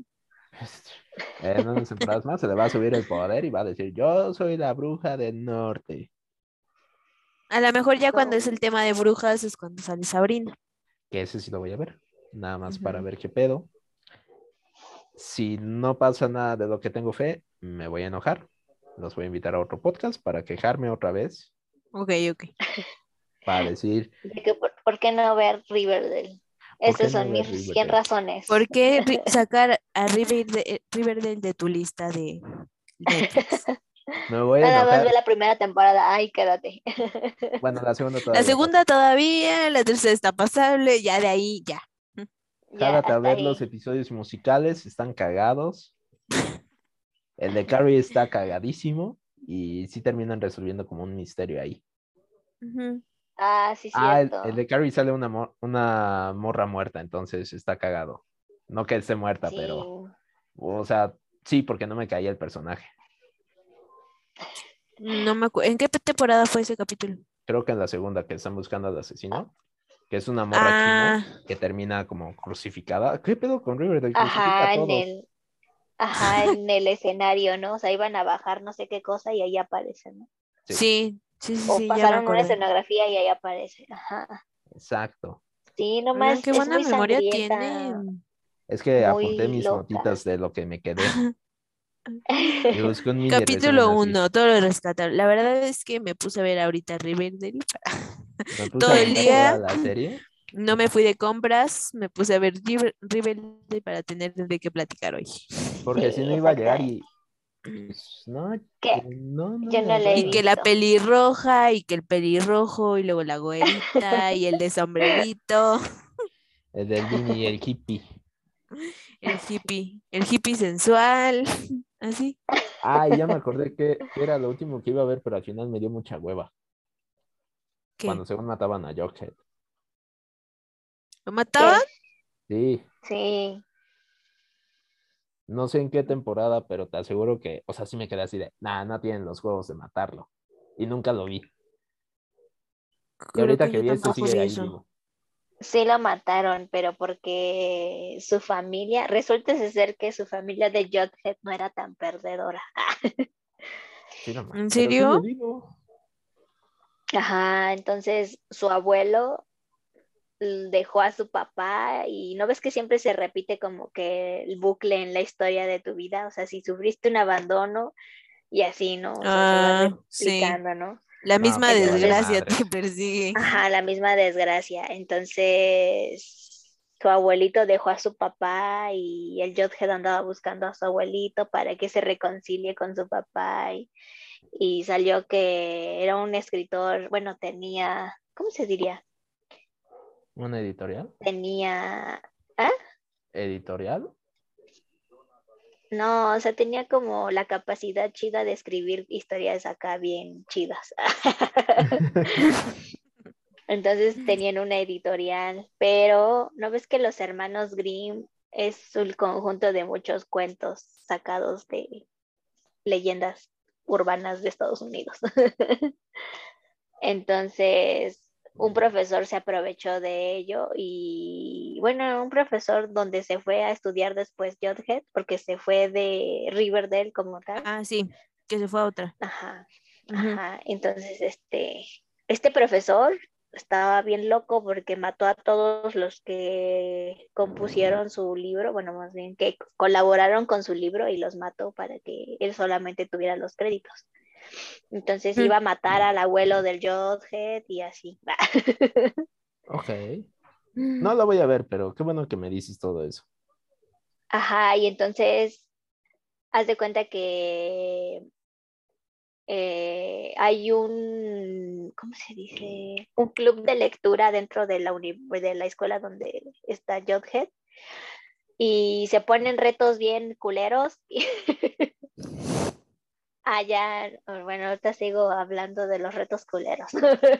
En unas temporadas más se le va a subir el poder y va a decir, yo soy la bruja del norte. A lo mejor ya cuando es No, el tema de brujas es cuando sale Sabrina. Que ese sí lo voy a ver. Nada más para Ujú. ver qué pedo. Si no pasa nada de lo que tengo fe, me voy a enojar. Los voy a invitar a otro podcast para quejarme otra vez, Ok, ok. para decir, de que por, ¿por qué no ver Riverdale? ¿por qué Esas no son ver mis cien Riverdale? ¿Por razones. qué ri- sacar a Riverdale, Riverdale de tu lista de Netflix? Me voy a Nada más ve enojar. la primera temporada. Ay, quédate. Bueno, la segunda La todavía no. segunda todavía, la tercera está pasable, ya de ahí, ya. Ya, Jálate a hasta ver los ahí. episodios musicales, están cagados. El de Carrie está cagadísimo y sí terminan resolviendo como un misterio ahí. Ujú. Ah, sí, Ah, el, el cierto. de Carrie sale una, mor- una morra muerta, entonces está cagado. No que esté muerta, Sí. pero, o sea, sí, porque no me caía el personaje. No me acuerdo. ¿En qué temporada fue ese capítulo? Creo que en la segunda que están buscando al asesino, que es una morra china Ah, que termina como crucificada. ¿Qué pedo con Riverdale? Crucifica a Ajá, en todos. el, ajá, en el escenario, ¿no? O sea, iban a bajar no sé qué cosa y ahí aparece, ¿no? Sí, sí, sí, sí, O sí, ya me pasaron una acordé. escenografía y ahí aparece. Ajá. exacto. Sí, Oigan, nomás qué es buena muy memoria sangrienta, tienen. Es que apunté muy mis loca. notitas de lo que me quedé y busqué un mini resumen Capítulo así. uno, todo lo rescatable. La verdad es que me puse a ver ahorita Riverdale Me puse a todo el aventar toda día. la serie. No me fui de compras, me puse a ver River- Riverdale para tener de qué platicar hoy. Porque si Sí, no iba a llegar exactamente. y, pues, no, ¿Qué? que no, no Yo me no la he Y que agarra. la visto. pelirroja, y que el pelirrojo, y luego la güerita, y el de sombrerito, El del Vini y el hippie. el hippie, el hippie sensual, así. Ah, y ya me acordé que, que era lo último que iba a ver, pero al final me dio mucha hueva. ¿Qué? Cuando según mataban a Jughead. ¿Lo mataban? ¿Qué? Sí, Sí. no sé en qué temporada, pero te aseguro que, o sea, sí me quedé así de, nah, no tienen los huevos de matarlo. Y nunca lo vi. Y Creo ahorita que que yo vi esto tampoco sigue vi ahí eso. vivo. Sí lo mataron, pero porque su familia, resulta ser que su familia de Jughead no era tan perdedora. Sí, no más. ¿En Pero sigue serio? vivo. Ajá, entonces su abuelo l- dejó a su papá y no ves que siempre se repite como que el bucle en la historia de tu vida, o sea, si sufriste un abandono y así, ¿no? O sea, se va Ah, sí. replicando, ¿no? La No, misma pues ya valió Entonces, desgracia te madres. persigue. ajá, la misma desgracia. Entonces, su abuelito dejó a su papá y el Jughead andaba buscando a su abuelito para que se reconcilie con su papá y, y salió que era un escritor, bueno, tenía, ¿cómo se diría? ¿Una editorial? Tenía, ¿ah? ¿Editorial? No, o sea, tenía como la capacidad chida de escribir historias acá bien chidas. Entonces tenían una editorial, pero ¿no ves que los hermanos Grimm es un conjunto de muchos cuentos sacados de leyendas urbanas de Estados Unidos? Entonces, un profesor se aprovechó de ello y, bueno, un profesor donde se fue a estudiar después Jughead, porque se fue de Riverdale como tal. Ah, sí, que se fue a otra. Ajá, Ujú. ajá. Entonces, este, este profesor estaba bien loco porque mató a todos los que compusieron su libro, bueno, más bien que colaboraron con su libro y los mató para que él solamente tuviera los créditos. Entonces Mm. iba a matar al abuelo del Jughead y así. Ok. No la voy a ver, pero qué bueno que me dices todo eso. Ajá, y entonces haz de cuenta que eh, hay un, ¿cómo se dice? Un club de lectura dentro de la, uni- de la escuela donde está Jughead y se ponen retos bien culeros. Allá, bueno, ahorita sigo hablando de los retos culeros.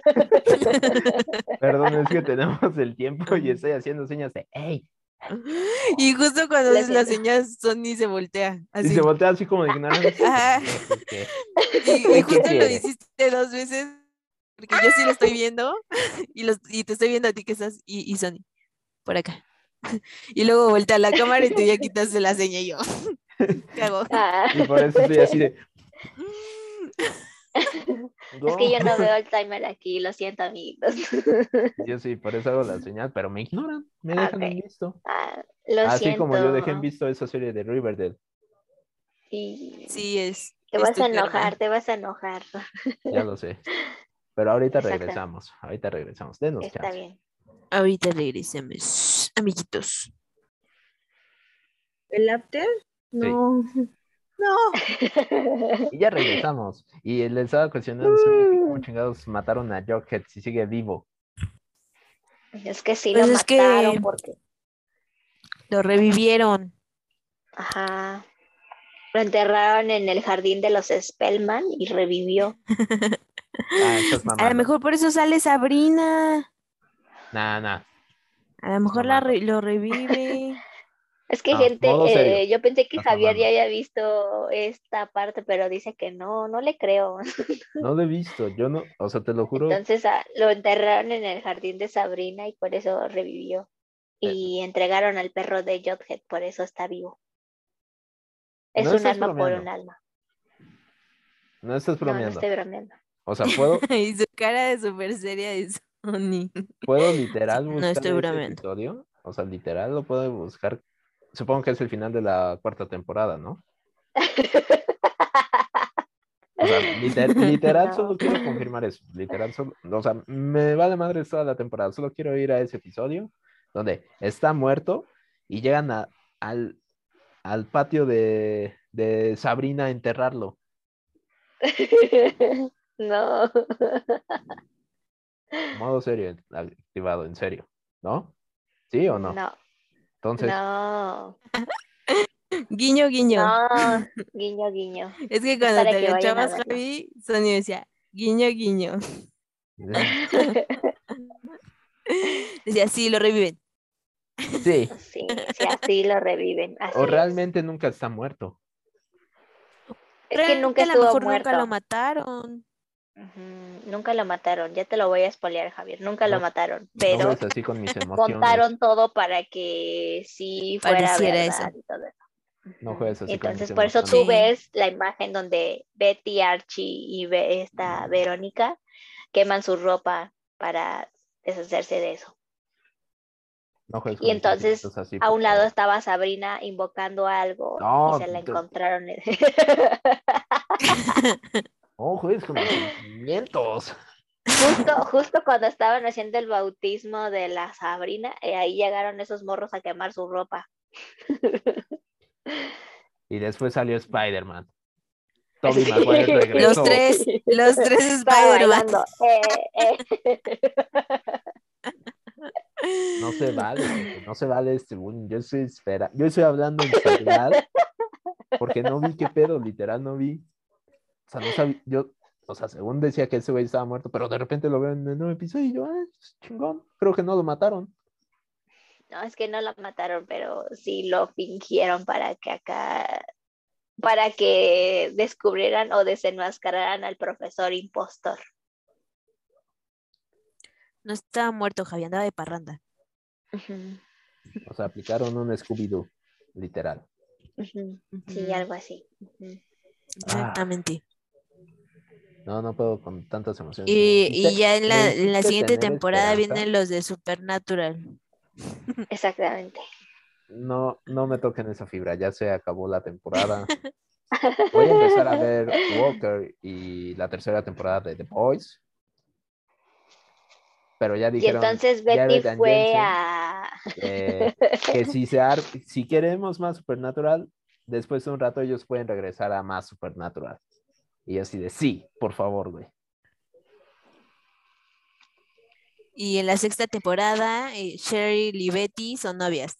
Perdón, es que tenemos el tiempo y estoy haciendo señas de ¡Ey! Y justo cuando Lo haces las siento. señas, Sony se voltea, Y así. se voltea así como de ignorancia. Ajá. Entonces, ¿qué? Y, y ¿Qué justo lo quiere? hiciste dos veces, porque yo sí lo estoy viendo, y, los, y te estoy viendo a ti que estás, y, y Sony, por acá. Y luego voltea la cámara y tú ya quitaste la seña y yo. ¿Qué hago? Ah. Y por eso estoy así de Es que no. yo no veo el timer aquí, lo siento, amigos. Yo sí, por eso hago la señal, pero me ignoran, me Ah, dejan en ok. visto. Ah, lo Así como yo dejé en siento. visto esa serie de Riverdale. Y Sí, es, te es vas tu a karma. enojar, te vas a enojar. Ya lo sé. Pero ahorita Exacto, regresamos, ahorita regresamos. Denos está chance. bien. Ahorita regresamos, amiguitos. ¿El after? Sí. No. No. Y ya regresamos. Y le estaba cuestionando a Sonia que cómo chingados mataron a Jughead si sigue vivo. Es que sí Pues lo es mataron que porque, lo revivieron. ajá, lo enterraron en el jardín de los Spellman y revivió. Ah, estás A lo mamando. mejor por eso sale Sabrina. Nah, nah, A lo estás mejor la mamando. re- lo revive. Es que No, modo gente, serio. eh, yo pensé que Estás Javier ya mamando. había visto esta parte, pero dice que no, no le creo. No lo he visto. Yo no, o sea, te lo juro. Entonces ah, lo enterraron en el jardín de Sabrina y por eso revivió. eh, Y entregaron al perro de Jughead, por eso está vivo. no Es un estás alma por un bromeando. alma. No estás No, no bromeando. estoy bromeando. O sea, puedo, Y su cara de súper seria de Sony. puedo Sí, literal no buscar estoy ese bromeando. episodio. O sea, literal lo puedo buscar. Supongo que es el final de la cuarta temporada, ¿no? O sea, liter- literal No. solo quiero confirmar eso. Literal solo, o sea, me vale madre toda la temporada. Solo quiero ir a ese episodio donde está muerto y llegan a- al, al patio de, de Sabrina a enterrarlo. No. Modo serio activado, en serio. ¿No? ¿Sí o no? No. Entonces, No. Guiño, guiño. No. Guiño, guiño. Es que Es cuando para te que vayan a agachabas, verlo. Javi, Sony decía, guiño, guiño. Decía, sí, lo reviven. sí, Sí, sí, así lo reviven. o Así es. realmente nunca está muerto. Es que nunca Realmente a lo estuvo mejor nunca lo muerto. mataron. Ujú, nunca lo mataron. Ya te lo voy a spoilear, Javier. Nunca lo No, mataron. no Pero juegues así con mis emociones. montaron todo para que sí fuera Pareciera verdad eso. y todo eso. No Ujú. juegues Y así con mis entonces por eso emociones. tú Sí. ves la imagen donde Betty, Archie y Ve- esta Verónica queman su ropa para deshacerse de eso. No juegues Y con mis entonces sentimientos así, a por un lado favor. estaba Sabrina invocando algo y No, se la te- encontraron. no juegues con mis sentimientos. Justo, justo cuando estaban haciendo el bautismo de la Sabrina, eh, ahí llegaron esos morros a quemar su ropa. Y después salió Spider-Man. Tobey Sí. Maguire Los regresó. tres, los tres Estaba Spider-Man. bailando. Eh, eh. No se vale, gente, no se vale este bullying. Yo estoy espera, yo estoy hablando en seriedad porque no vi qué pedo, literal no vi. O sea, no sabía, yo, o sea, según decía que ese güey estaba muerto, pero de repente lo veo en el nuevo episodio y yo, ah, chingón, creo que no lo mataron. No, es que no lo mataron, pero sí lo fingieron para que acá, para que descubrieran o desenmascararan al profesor impostor. No estaba muerto, Javi, andaba de parranda. Ujú, O sea, aplicaron un Scooby-Doo, literal. ujú. Sí, Ujú, algo así. Ujú. Ah, exactamente. no, no puedo con tantas emociones. Me Y, y hiciste, ya en me la, en la hiciste siguiente tener temporada esperanza. vienen los de Supernatural. Exactamente. No, no me toquen esa fibra, ya se acabó la temporada. Voy a empezar a ver Walker y la tercera temporada de The Boys. Pero ya Y dijeron entonces Betty Jared and fue Jensen a... eh, que si, se ar- si queremos más Supernatural, después de un rato ellos pueden regresar a más Supernatural. Y yo así de, sí, por favor, güey. Y en la sexta temporada, eh, Cheryl y Betty son novias.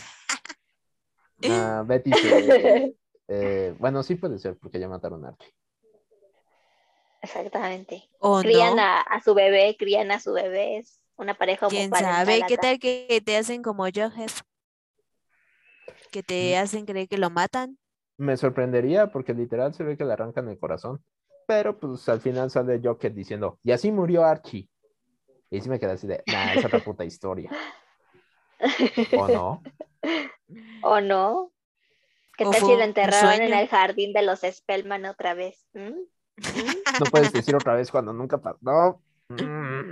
Ah, Betty se... eh, bueno, sí puede ser, porque ya mataron a Archie. Exactamente. ¿O Crían no? a, a su bebé, crían a su bebé, es una pareja ¿Quién homoparental sabe? ¿Qué acá. tal que te hacen como Jughead? Que te M- hacen creer que lo matan. Me sorprendería porque literal se ve que le arrancan el corazón. Pero pues al final sale Joker diciendo, y así murió Archie. Y sí me quedé así de, nah, es otra puta historia. ¿O no? ¿O no? ¿Qué ¿O tal fue si lo un enterraron en sueño? el jardín de los Spellman otra vez? ¿Mm? ¿Mm? No puedes decir otra vez cuando nunca pasó. No. Mm.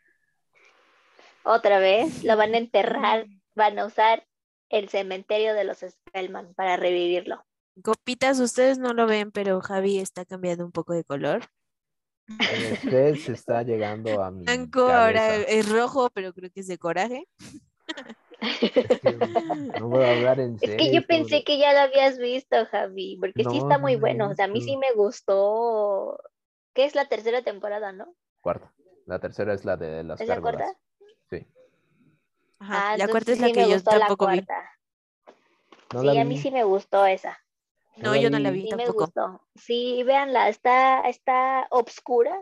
Otra vez lo van a enterrar, van a usar el cementerio de los Spellman para revivirlo. Copitas, ustedes no lo ven, pero Javi está cambiando un poco de color. El estrés está llegando a mi Blanco ahora cabeza. es rojo, pero creo que es de coraje. Es que no puedo hablar en Es que serio yo sobre... pensé que ya lo habías visto, Javi, porque sí No, está no muy lo he bueno. O sea, a mí sí visto. me gustó. ¿Qué es la tercera temporada, no? Cuarta. La tercera es la de las ¿Es la cuarta? gárgolas. Sí. Ajá, Ah, la entonces cuarta es sí, la sí me que yo gustó la tampoco vi. cuarta. No la Sí, a mí vi. sí me gustó esa. No No, la yo no la vi. vi Sí me tampoco. gustó. Sí, véanla, está, está obscura,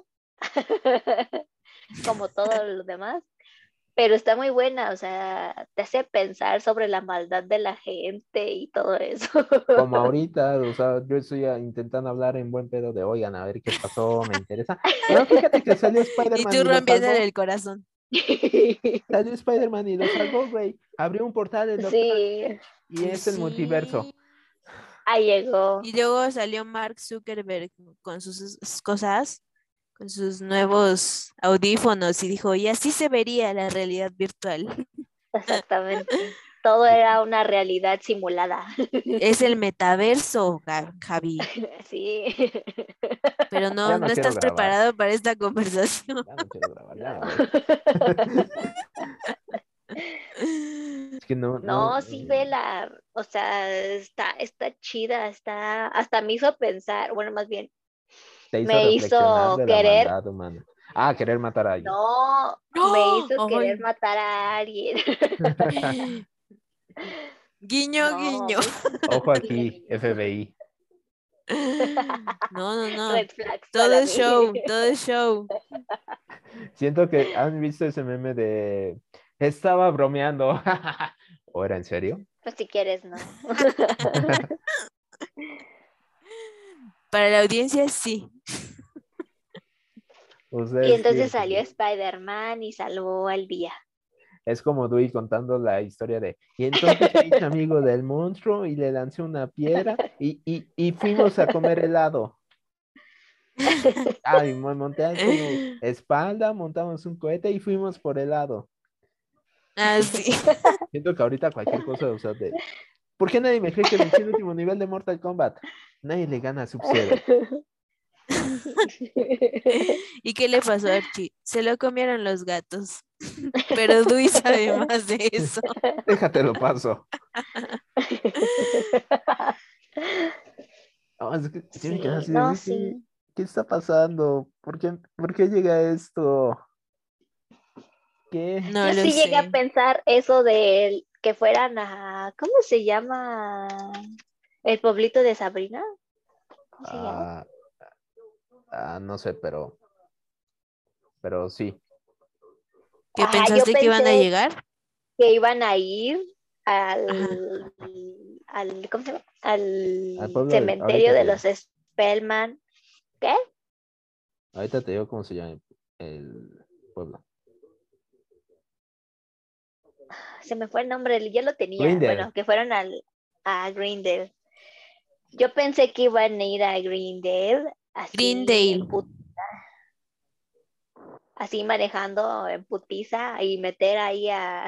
como todo lo demás, pero está muy buena, o sea, te hace pensar sobre la maldad de la gente y todo eso. Como ahorita, o sea, yo estoy ah, intentando hablar en buen pedo de, oigan, a ver qué pasó, me interesa. No, fíjate que salió Y Spider-Man tú y lo rompiéndole salvó. el corazón. Salió Spider-Man y lo salvó, güey. Abrió un portal el Doctor Sí, Strange y Pues es el multiverso. sí. ahí llegó. Y luego salió Mark Zuckerberg con sus sus cosas, con sus nuevos audífonos y dijo, y así se vería la realidad virtual. Exactamente. Todo era una realidad simulada. Es el metaverso, Ga- Javi. Sí. Pero Ya no, no no quiero estás grabar. preparado para esta conversación. Ya no quiero grabar, ya me voy. Es que no, no. No, sí, vela, o sea, está, está chida, está, hasta me hizo pensar, bueno, más bien, Te hizo me reflexionar hizo de la querer, maldad humana. Ah, querer matar a alguien. no, me ¡No! hizo querer ¡Ay! matar a alguien. Guiño, No, guiño. me hizo, Ojo sí, aquí, F B I. No, no, no. red flags Todo para es mí. show, todo es show. Siento que han visto ese meme de estaba bromeando. ¿O era en serio? Pues si quieres, no. Para la audiencia, sí. Y Ustedes entonces salió diviértanse. Spider-Man y salvó al día. Es como Dewey contando la historia de, y entonces me hice amigo del monstruo y le lancé una piedra y, y, y fuimos a comer helado. Ah, y me monté en su espalda, montamos un cohete y fuimos por helado. Ah, sí. Siento que ahorita cualquier cosa, o sea, de, ¿por qué nadie me cree que vencí el último nivel de Mortal Kombat? Nadie le gana a Sub-Zero. ¿Y qué le pasó a Archie? Se lo comieron los gatos. Pero Dewey sabe más de eso. Déjate lo paso. No, es que sí me quedo Sí, así de, no, güey, ¿qué, sí. qué está pasando? ¿Por qué, por qué llega esto? ¿Qué? No Yo lo sí llegué a sé. pensar eso de que fueran a, ¿cómo se llama? El pueblito de Sabrina. ¿Cómo se llama? Ah, Ah, no sé, pero, pero sí. ¿Que Ajá, yo pensaste que iban a pensé llegar? que iban a ir Ajá. al, al, ¿cómo se llama? Al Al pueblo, de- cementerio ahorita de te digo. los Spellman. ¿Qué? Ahorita te digo cómo se llama el pueblo. Se me fue el nombre, yo lo tenía. Greendale. Bueno, que fueron al, a Greendale. Yo pensé que iban a ir a Greendale así Greendale. en put- así manejando en putiza y meter ahí a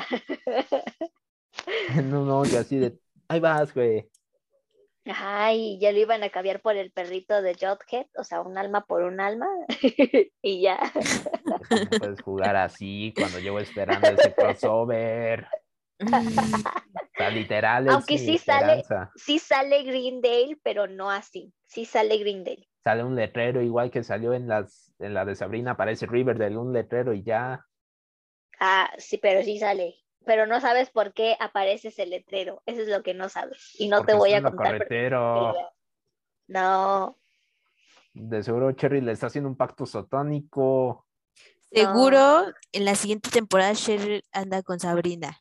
En un hoyo así de, ahí vas, güey. ajá, y ya lo iban a cambiar por el perrito de Jughead, o sea, un alma por un alma y ya. Es que no puedes jugar así cuando llevo esperando ese crossover. O sea, literal es Aunque mi sí sale, esperanza. sí sale Greendale, pero no así. Sí sale Greendale. Sale un letrero igual que salió en las en la de Sabrina, aparece Riverdale, un letrero y ya. Ah, sí, pero sí sale. Pero no sabes por qué aparece ese letrero. Eso es lo que no sabes. Y no te Porque voy está a en la contar porque quiero que lo carretera. veas. No, De seguro Cherry le está haciendo un pacto satánico. no. Seguro en la siguiente temporada Cheryl anda con Sabrina.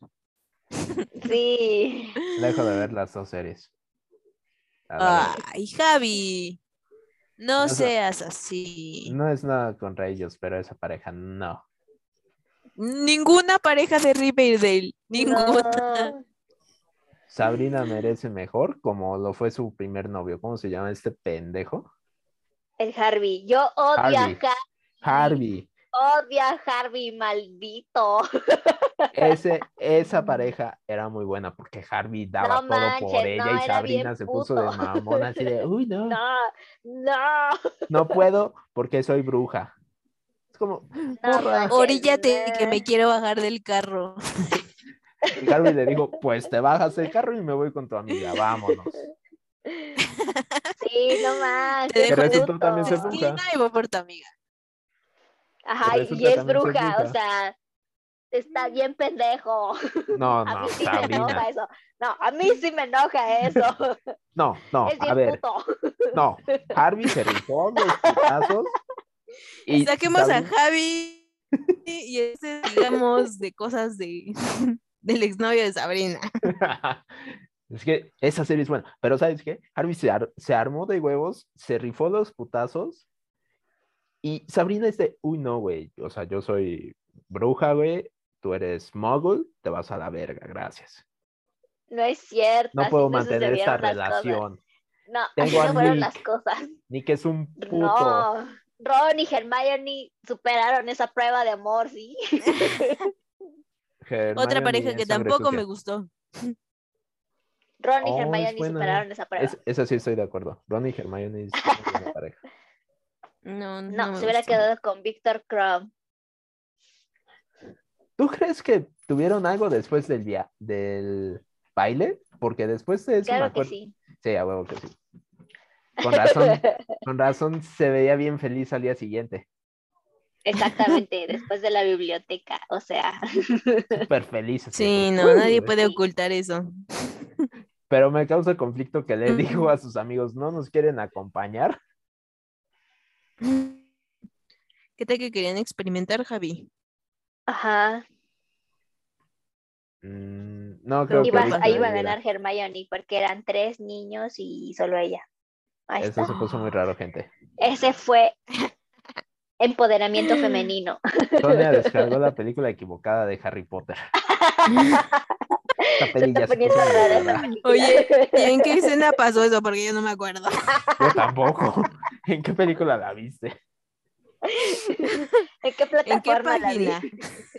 Sí. Dejo de ver las dos series. A la verdad. Ay, Javi, no No es, na- seas así. no es nada contra ellos, pero esa pareja no. Ninguna pareja de Riverdale, ninguna. No. Sabrina merece mejor, como lo fue su primer novio. ¿Cómo se llama este pendejo? El Harvey. Yo odio a Harvey. Harvey. Harvey. Odio a Harvey, maldito. Ese, esa pareja era muy buena porque Harvey daba No todo por manches, ella no, y era Sabrina bien se puso de puto. mamona así de, uy, no, No, no, no puedo porque soy bruja. Es como, no morra. manches. Oríllate que me No. quiero bajar del carro. Y Harvey le dijo, pues te bajas del carro y me voy con tu amiga, vámonos. Sí, no Te manches, Que dejo en resultó puto. también esa ser esquina bruja. y voy por tu amiga. Que Ajá, y resulta es también ser bruja, o bruja. sea, está bien pendejo. No, A mí no, sí me enoja Sabrina. eso. No, a mí sí me enoja eso. No, no, Es a bien ver, puto. no. Harvey se rifó los putazos y Saquemos a Sabrina. Javi y ese, digamos, de cosas de del exnovio de Sabrina. Es que esa serie es buena, pero ¿sabes qué? Harvey se, ar- se armó de huevos, se rifó los putazos y Sabrina es de, uy, no, güey, o sea, yo soy bruja, güey, tú eres mogul, te vas a la verga, gracias. No es cierto, No así puedo no mantener esta sucedieron las cosas. relación. No, así Tengo a no fueron las Nick, cosas. Nick es un puto. No, Ron y Hermione superaron esa prueba de amor, ¿sí? Otra Hermione pareja que es sangre tampoco me sucia. gustó. Ron y Oh, es Hermione buena. superaron esa Es, prueba. esa sí estoy de acuerdo. Ron y Hermione es muy buena pareja. No, No, no me se hubiera gustó. quedado con Victor Crumb. ¿Tú crees que tuvieron algo después del día del baile? Porque después de eso me Claro que acuerdo. sí. Sí, a huevo que sí. Con razón, con razón se veía bien feliz al día siguiente. Exactamente, después de la biblioteca, o sea. Súper feliz, así Sí, como, no, nadie "Uh". puede Sí. ocultar eso. Pero me causa conflicto que le dijo a sus amigos, ¿no nos quieren acompañar? ¿Qué tal que querían experimentar, Javi? Ajá. Mm, no, creo Pero que Iba, ¿cuál ahorita ahí no pasó? iba a hubiera. ganar Hermione porque eran tres niños y solo ella. Ahí Eso está. se puso muy raro, gente. Ese fue empoderamiento femenino. Sonia descargó la película equivocada de Harry Potter. Esta Se peli está ya se poniendo puso muy rara esa rara. película. Oye, ¿y en qué escena pasó eso? Porque yo no me acuerdo. Yo tampoco. ¿En qué película la viste? ¿En qué ¿En qué plataforma la vi? página?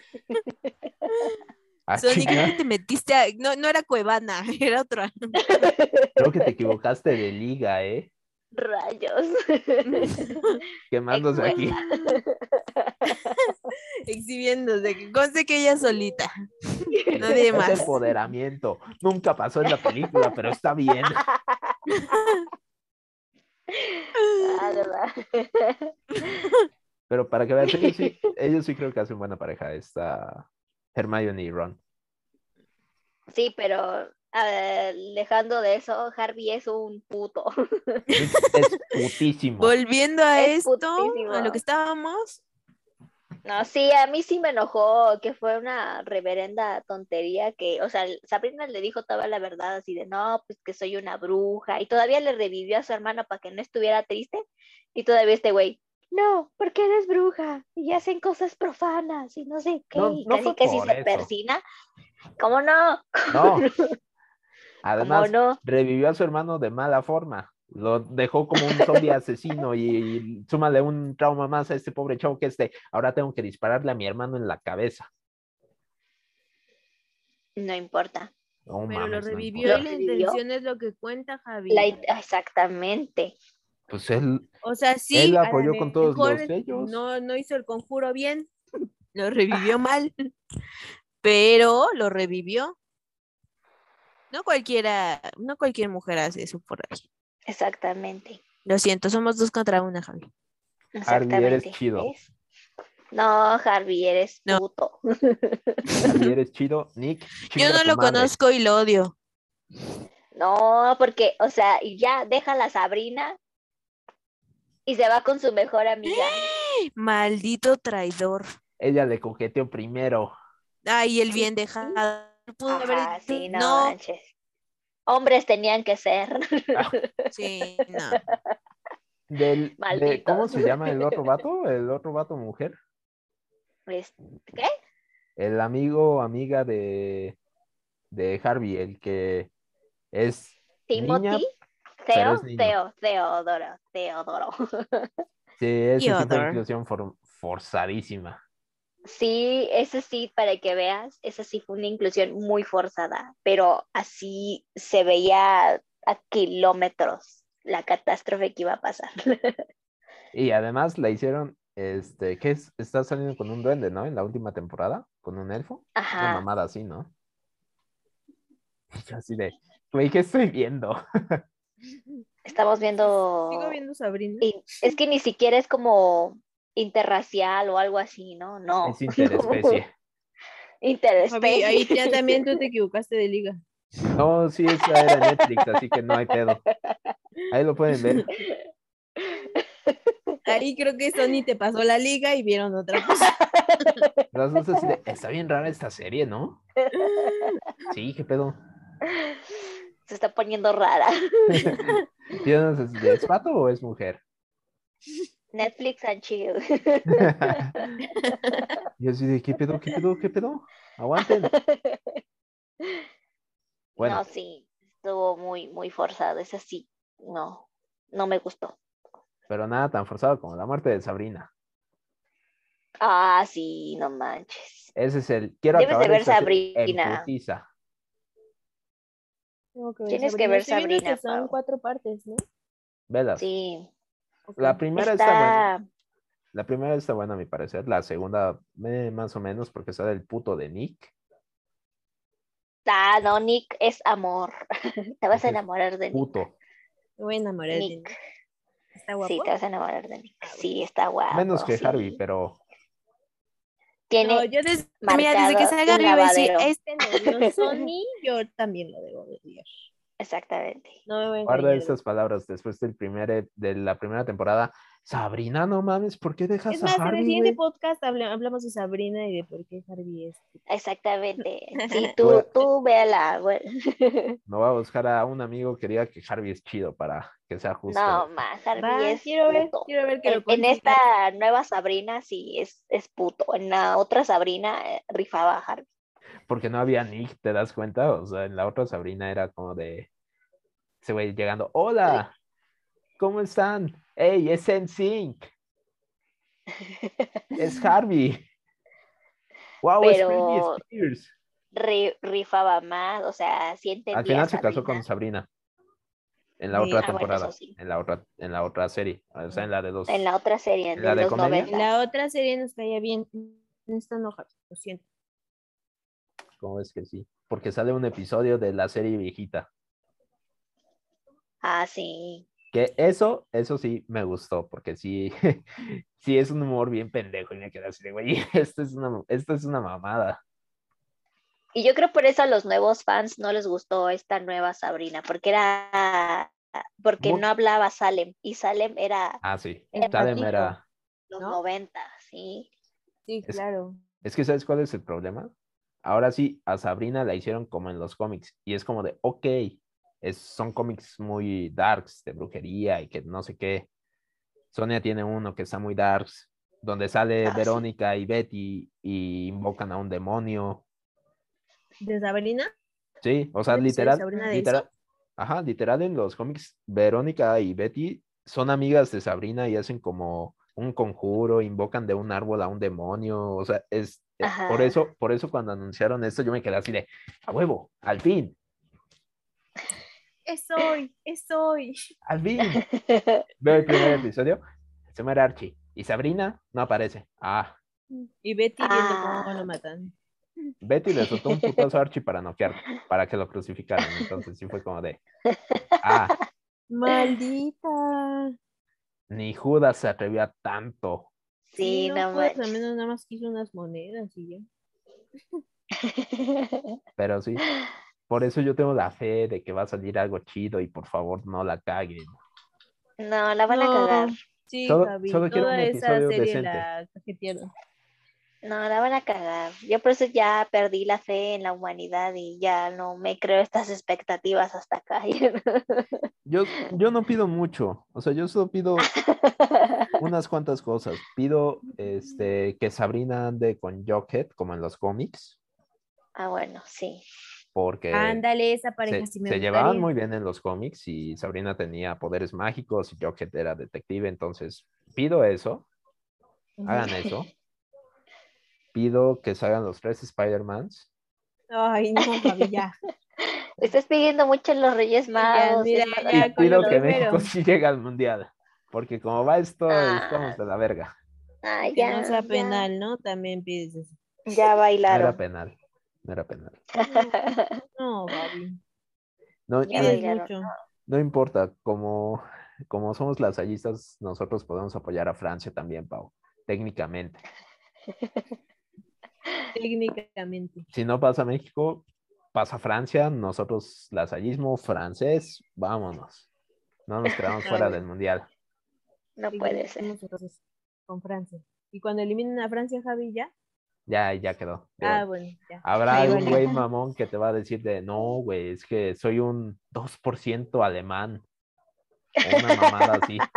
Ah, Sony, creo que chinga. te metiste a... No, no era Cuevana, era otra. Creo que te equivocaste de liga, ¿eh? Rayos. Quemándose aquí. Expuesta. Exhibiéndose, que conste que ella solita. Nadie Es más. empoderamiento. Nunca pasó en la película, pero está bien. Ah, ¿verdad? Pero para que veas, ellos sí, ellos sí creo que hacen buena pareja, esta Hermione y Ron. Sí, pero ah, dejando de eso, Harvey es un puto. Nick es putísimo. Volviendo a Es esto, putísimo. a lo que estábamos. No, sí, a mí sí me enojó que fue una reverenda tontería que, o sea, Sabrina le dijo toda la verdad así de, no, pues que soy una bruja y todavía le revivió a su hermano para que no estuviera triste y todavía este güey, no, porque eres bruja y hacen cosas profanas y no sé qué, No, y no casi fue casi por se eso. persina. ¿Cómo no? No. ¿Cómo Además, no? revivió a su hermano de mala forma. Lo dejó como un zombie asesino y, y súmale un trauma más a este pobre chavo que este. Ahora tengo que dispararle a mi hermano en la cabeza. No importa. No Pero lo mames, no revivió Lo y importa. la revivió. intención es lo que cuenta, Javi. La- exactamente. Pues él, O sea, él sí, la a lo apoyó con todos mejor los sellos. no, no hizo el conjuro bien, lo revivió mal, pero lo revivió. No cualquiera, no cualquier mujer hace eso por ahí. Exactamente. Lo siento, somos dos contra una, Javi. Harvey, eres Exactamente. chido. ¿Ves? No, Harvey, eres No. puto. Harvey, eres chido. Nick, Yo chinga no tu lo madre. conozco y lo odio. No, porque, o sea, y ya deja a la Sabrina y se va con su mejor amiga. Maldito traidor. Ella le coqueteó primero. Ay, el bien dejado. Pudo haber Ajá, dicho, sí, no no. manches. Hombres tenían que ser. Ah, Sí, no. del, de, ¿cómo Malditos. se llama el otro vato? El otro vato mujer. Es- ¿Qué? El amigo o amiga de, de Harvey, el que es niña, Timothy. pero Theo, es niño. Theo, Teodoro, Teodoro. Sí, ese sí fue Theodore. inclusión for- forzadísima. Sí, ese sí, para que veas, esa sí fue una inclusión muy forzada, pero así se veía a kilómetros la catástrofe que iba a pasar. Y además la hicieron, este, ¿qué es? Está saliendo con un duende, ¿no? En la última temporada, con un elfo. Una Ajá, mamada así, ¿no? Y yo así de, güey, ¿qué estoy viendo? estamos Sigo viendo, viendo Sabrina. y es que ni siquiera es como interracial o algo así, ¿no? No, Es interespecie. Javi, ahí ya interespecie. también tú te equivocaste de liga. No, sí, esa era Netflix, así que no hay pedo. Ahí lo pueden ver. Ahí creo que Sony te pasó la liga y vieron otra cosa. Las dos así de, está bien rara esta serie, ¿no? Sí, qué pedo. Se está poniendo rara. Y yo no sé si ¿es vato o es mujer? Netflix and chill. Y así de, ¿qué pedo, qué pedo, qué pedo? Aguanten. Bueno, No, sí, estuvo muy, muy forzado. Eso sí, no, no me gustó. pero nada tan forzado como la muerte de Sabrina. Ah, sí, no manches. Ese es el, quiero Debes de acabar ver esta serie en Sabrina. putiza. Tengo que ver Tienes que Sabrina. ver Estoy viendo que Sabrina, son Pau. cuatro partes, ¿no? Velas. Sí, Ok. La primera está buena. está. La primera está buena a mi parecer. La segunda, eh, más o menos, porque está del puto de Nick. Ah, no, Nick es amor. Te vas a Ese es enamorar de Nick. puto. Me voy a enamorar de Nick. Nick. ¿Está Sí, guapo? te vas a enamorar de Nick. Ah, bueno. Sí, está Menos guapo, que Harvey, sí. pero No, Tiene yo desde, mira, desde que marcado salga un arriba y decir, lavadero. este no dio Sony, yo también lo debo de odiar. Exactamente. No me voy a guarda encariñar. estas palabras después del primer, e- de la primera temporada. Sabrina, no mames, ¿por qué dejas Es a más, en el Harvey, siguiente güey? podcast habla- hablamos de Sabrina y de por qué Harvey es. Exactamente. Sí, Voy tú, a- tú véala. Bueno. Me voy a buscar a un amigo que diga que Harvey es chido para que sea justo No, eso. más, Harvey Va, es quiero ver, puto. quiero ver que En, lo en consigas. esta nueva Sabrina sí es, es puto. En la otra Sabrina eh, rifaba a Harvey. Porque no había Nick, ¿te das cuenta? O sea, en la otra Sabrina era como de ese güey llegando, hola, ¿cómo están? Hey, es NSYNC, es Harvey. Wow, es Britney Pero Spears. ri- rifaba más, o sea, sí Al entendía a final se casó con Sabrina. Sabrina en la Sí. otra Ah, bueno, eso temporada, sí. en la otra, en la otra serie, o sea, en la de los, En la otra serie, en la de de los comedia. En la noventas. otra serie nos caía bien. En esta no, Javi, lo siento. ¿Cómo es que sí? Porque sale un episodio de la serie viejita. Ah, sí. Que eso, eso sí me gustó, porque sí, sí es un humor bien pendejo y me quedé así de, güey, esto es una, esto es una mamada. Y yo creo por eso a los nuevos fans no les gustó esta nueva Sabrina, porque era, porque Muy- no hablaba Salem, y Salem era Ah, sí. Salem Empatizo, era... los ¿no? noventa, ¿sí? Sí, Es, claro. es que ¿sabes cuál es el problema? Ahora sí, a Sabrina la hicieron como en los cómics. Y es como de, ok, es, son cómics muy darks, de brujería y que no sé qué. Sonia tiene uno que está muy darks, donde sale Ah, sí. Verónica y Betty y invocan a un demonio. ¿De Sabrina? Sí, o sea, ¿Un episodio de literal, Sabrina de eso? literal, ajá, literal en los cómics, Verónica y Betty son amigas de Sabrina y hacen como un conjuro, invocan de un árbol a un demonio, o sea, es eh, por Ajá. eso, por eso cuando anunciaron esto yo me quedé así de, a huevo, al fin, Es hoy, es hoy. al fin. Veo el primer episodio, se muere Archie y Sabrina no aparece. Ah, Y Betty viendo cómo lo Ah. matan. Betty le soltó un putazo a Archie para noquearlo, para que lo crucificaran, entonces sí fue como de, ah, Maldita. ni Judas se atrevió a tanto. Sí, Sí, no, no Judas al manches. menos nada más quiso unas monedas y ya. Pero sí, por eso yo tengo la fe de que va a salir algo chido y por favor no la caguen. No, la van a cagar. No, sí, Solo, Javi, solo quiero un toda esa episodio serie decente. la cajetearon. No, la van a cagar. Yo por eso ya perdí la fe en la humanidad y ya no me creo estas expectativas hasta acá. Yo, yo no pido mucho, o sea, yo solo pido unas cuantas cosas. Pido este, que Sabrina ande con Jughead, como en los cómics, Ah, bueno, sí. porque Ándale, esa pareja se, sí me se llevaban gustaría. muy bien en los cómics y Sabrina tenía poderes mágicos y Jughead era detective, entonces pido eso, Ujú. hagan eso. Pido que salgan los tres Spider-Mans. Ay, no, Javi, ya. Estás pidiendo mucho en los Reyes Sí, ya, Magos, mira, Y hermana. ya con lo pido que México primero. sí llegue al mundial, porque como va esto, estamos Ah, de la verga. ah, Que no ya, sea ya, penal, ¿no? También pides eso. ya No era bailaron. penal, no era penal. No, no, Javi. No, Ya no, Pides bailaron. mucho. no importa, como, como somos lasallistas, nosotros podemos apoyar a Francia también, Pau, técnicamente. Técnicamente. Si no pasa México, pasa Francia, nosotros lasallismo francés, vámonos. No nos quedamos Ah, fuera del bueno. mundial. No puede ser. Seguimos entonces con Francia. Y cuando eliminen a Francia, Javi, ya. Ya, ya quedó. Ah, Digo, bueno, ya. habrá Ahí algún valió. güey mamón que te va a decir de, no, güey, es que soy un dos por ciento alemán o una mamada así.